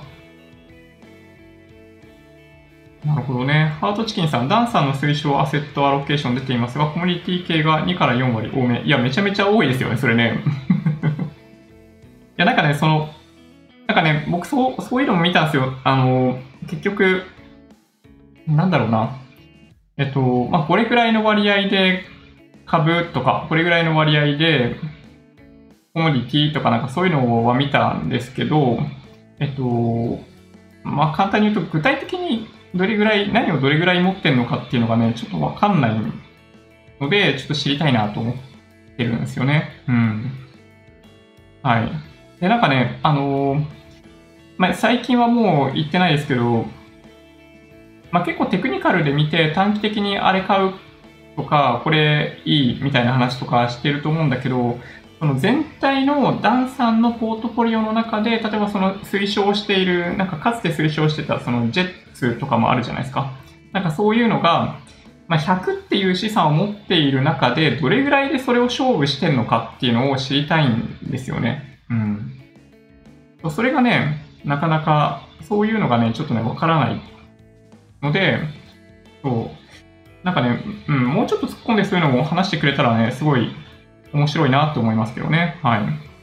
なるほどね。ハートチキンさん、ダンさんの推奨アセットアロケーション出ていますが、コミュニティ系がにからよん割多め。いや、めちゃめちゃ多いですよね、それね。いや、なんかね、その、なんかね、僕そう、そういうのも見たんですよ。あの、結局、なんだろうな。えっと、まあ、これくらいの割合で株とか、これぐらいの割合でコモディティとかなんかそういうのは見たんですけど、えっと、まあ、簡単に言うと、具体的にどれぐらい、何をどれぐらい持ってるのかっていうのがね、ちょっとわかんないので、ちょっと知りたいなと思ってるんですよね。うん。はい。で、なんかね、あのーまあ、最近はもう行ってないですけど、まあ、結構テクニカルで見て短期的にあれ買うとか、これいいみたいな話とかしてると思うんだけど、その全体のダンさんのポートフォリオの中で、例えばその推奨している、なんかかつて推奨してたそのジェッツとかもあるじゃないですか。なんかそういうのが、まあ、ひゃくっていう資産を持っている中で、どれぐらいでそれを勝負してるのかっていうのを知りたいんですよね。うん。それがね、なかなか、そういうのがね、ちょっとね、わからないので、そう、なんかね、うん、もうちょっと突っ込んでそういうのも話してくれたらね、すごい面白いなと思いますけどね。はい。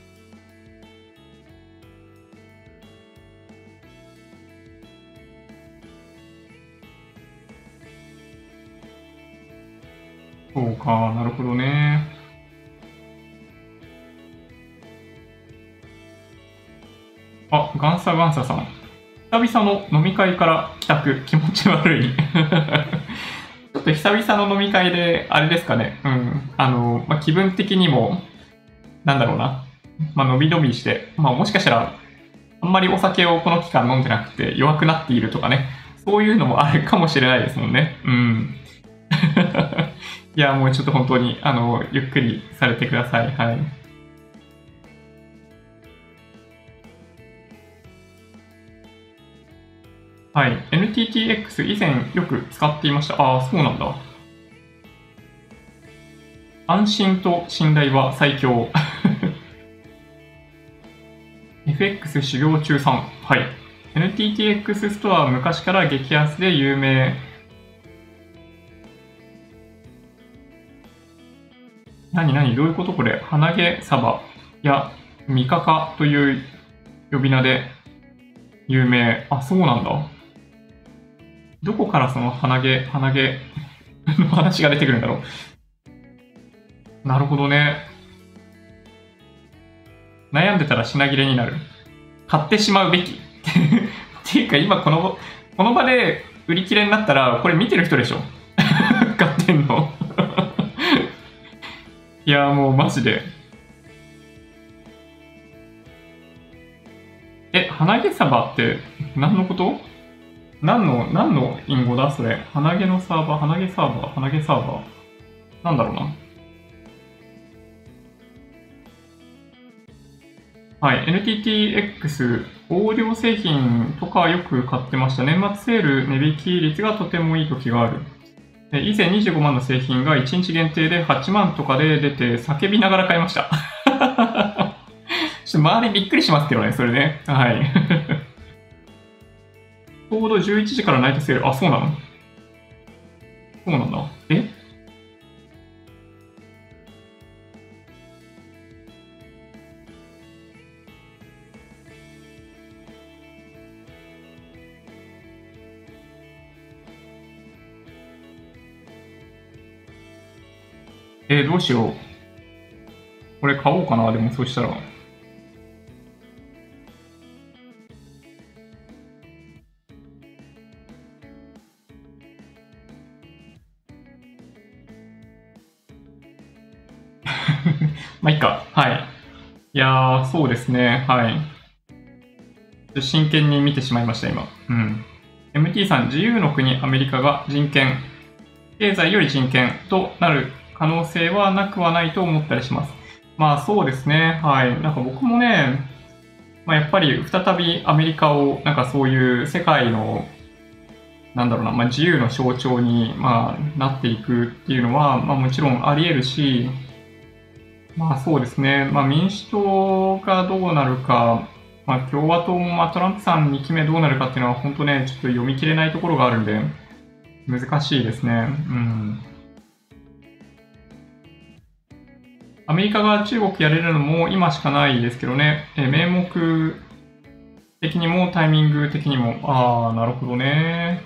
そうか、なるほどね。あ、ガンサガンサさん。久々の飲み会から帰宅、気持ち悪い。ちょっと久々の飲み会で、あれですかね。うん。あの、まあ、気分的にも、なんだろうな。まあ、伸び伸びして、まあ、もしかしたら、あんまりお酒をこの期間飲んでなくて弱くなっているとかね。そういうのもあるかもしれないですもんね。うん。いや、もうちょっと本当に、あの、ゆっくりされてください。はい。はい。エヌティーティーエックス 以前よく使っていました。ああ、そうなんだ。安心と信頼は最強。エフエックス 修行中さん。はい。エヌティーティーエックス ストアは昔から激安で有名。何何どういうことこれ鼻毛サバやミカカという呼び名で有名。あ、そうなんだ。どこからその鼻毛、鼻毛の話が出てくるんだろう。なるほどね。悩んでたら品切れになる。買ってしまうべき。っていうか今この、この場で売り切れになったら、これ見てる人でしょ。買ってんの。いやもうマジで。え、鼻毛サバって何のこと？何の、何の隠語だそれ。鼻毛のサーバー、鼻毛サーバー、鼻毛サーバー。なんだろうな。はい。エヌティーティーエックス、オーディオ製品とかよく買ってました。年末セール値引き率がとてもいい時がある。で以前にじゅうごまんの製品がいちにち限定ではちまんとかで出て叫びながら買いました。ちょっと周りびっくりしますけどね、それね。はい。ちょうどじゅういちじからナイトセール。あ、そうなの？そうなんだ。ええー、どうしよう。これ買おうかな、でもそうしたら。まあ、いいか。はい。いやー、そうですね。はい。真剣に見てしまいました、今。うん。エムティー さん、自由の国アメリカが人権、経済より人権となる可能性はなくはないと思ったりします。まあそうですね。はい。なんか僕もね、まあ、やっぱり再びアメリカをなんかそういう世界のなんだろうな、まあ、自由の象徴に、まあ、なっていくっていうのは、まあ、もちろんあり得るし、まあそうですね、まあ、民主党がどうなるか、まあ、共和党もまあトランプさんにきめどうなるかっていうのは本当ね、ちょっと読み切れないところがあるんで、難しいですね。うん。アメリカが中国やれるのも今しかないですけどね、え名目的にもタイミング的にも、ああ、なるほどね。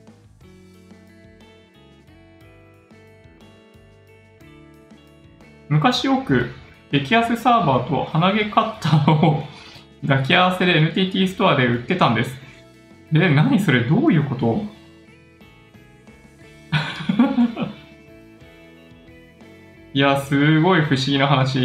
昔よく激安サーバーと鼻毛カッターを抱き合わせで エヌティーティー ストアで売ってたんです。え、何それどういうこといや、すごい不思議な話。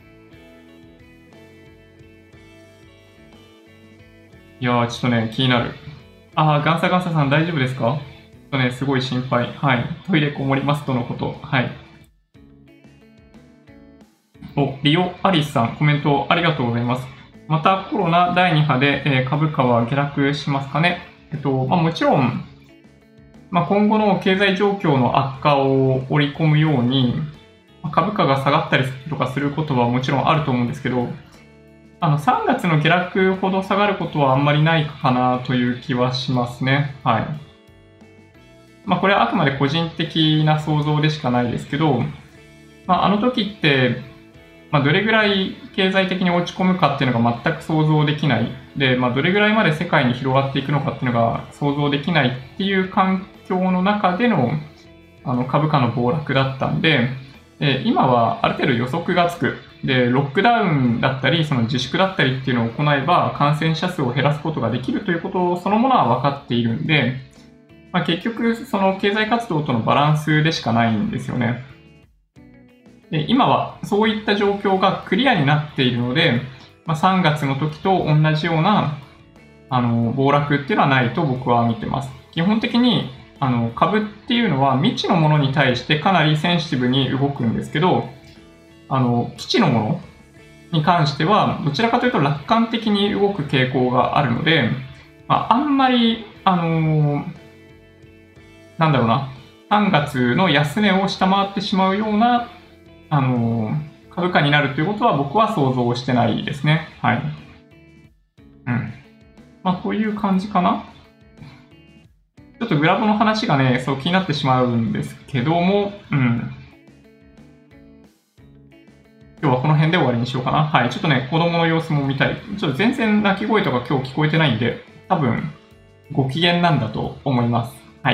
いやー、ちょっとね、気になる。あー、ガンサガンサさん大丈夫ですか？ちょっとね、すごい心配。はい。トイレこもりますとのこと。はい。お、リオアリスさん、コメントありがとうございます。またコロナだいに波で、えー株価は下落しますかね。えっと、まあ、もちろん、まあ、今後の経済状況の悪化を織り込むように、まあ株価が下がったりとかすることはもちろんあると思うんですけど、あのさんがつの下落ほど下がることはあんまりないかなという気はしますね。はい。まあ、これはあくまで個人的な想像でしかないですけど、まあ、あの時って、まあ、どれぐらい経済的に落ち込むかっていうのが全く想像できない。で、まあ、どれぐらいまで世界に広がっていくのかっていうのが想像できないっていう環境の中でのあの株価の暴落だったんで、え今はある程度予測がつく。で、ロックダウンだったり、その自粛だったりっていうのを行えば感染者数を減らすことができるということそのものは分かっているんで、まあ、結局その経済活動とのバランスでしかないんですよね。で今はそういった状況がクリアになっているので、まあ、さんがつの時と同じようなあの暴落っていうのはないと僕は見てます。基本的にあの株っていうのは未知のものに対してかなりセンシティブに動くんですけど、あの基地のものに関してはどちらかというと楽観的に動く傾向があるので、まあ、あんまりあのなんだろうな、さんがつの安値を下回ってしまうようなあの株価になるということは僕は想像してないですね。はい。うん。まあ、という感じかな。ちょっとグラボの話がね、そう気になってしまうんですけども、うん。今日はこの辺で終わりにしようかな。はい。ちょっとね、子供の様子も見たい。ちょっと全然鳴き声とか今日聞こえてないんで、多分、ご機嫌なんだと思います。はい。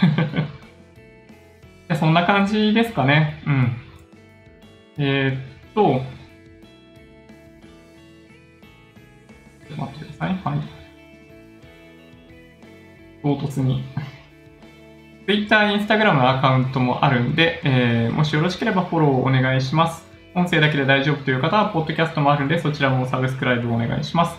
でそんな感じですかね。うん。えー、っと、ちょっと待ってください。はい。唐突に。Twitter、Instagram のアカウントもあるんで、えー、もしよろしければフォローをお願いします。音声だけで大丈夫という方は、ポッドキャストもあるんで、そちらもサブスクライブお願いします。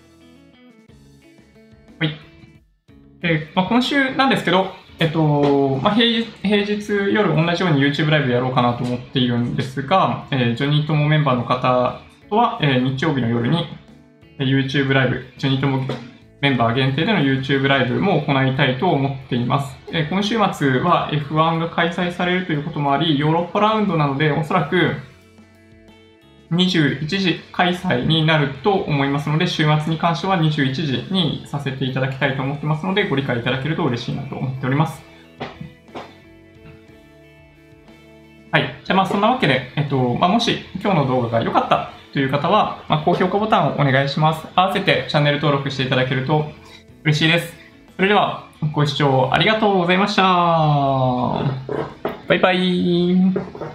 はい。で、まあ、今週なんですけど、えっと、まあ、平日、平日夜同じように YouTube ライブやろうかなと思っているんですが、えー、ジョニートモメンバーの方とは、えー、日曜日の夜に YouTube ライブ、ジョニートモメンバー限定での YouTube ライブも行いたいと思っています。えー、今週末は エフワン が開催されるということもあり、ヨーロッパラウンドなので、おそらくにじゅういちじ開催になると思いますので、週末に関してはにじゅういちじにさせていただきたいと思ってますので、ご理解いただけると嬉しいなと思っております。はい。じゃあまあそんなわけで、えっと、まあ、もし今日の動画が良かったという方は、まあ、高評価ボタンをお願いします。合わせてチャンネル登録していただけると嬉しいです。それでは、ご視聴ありがとうございました。バイバイ。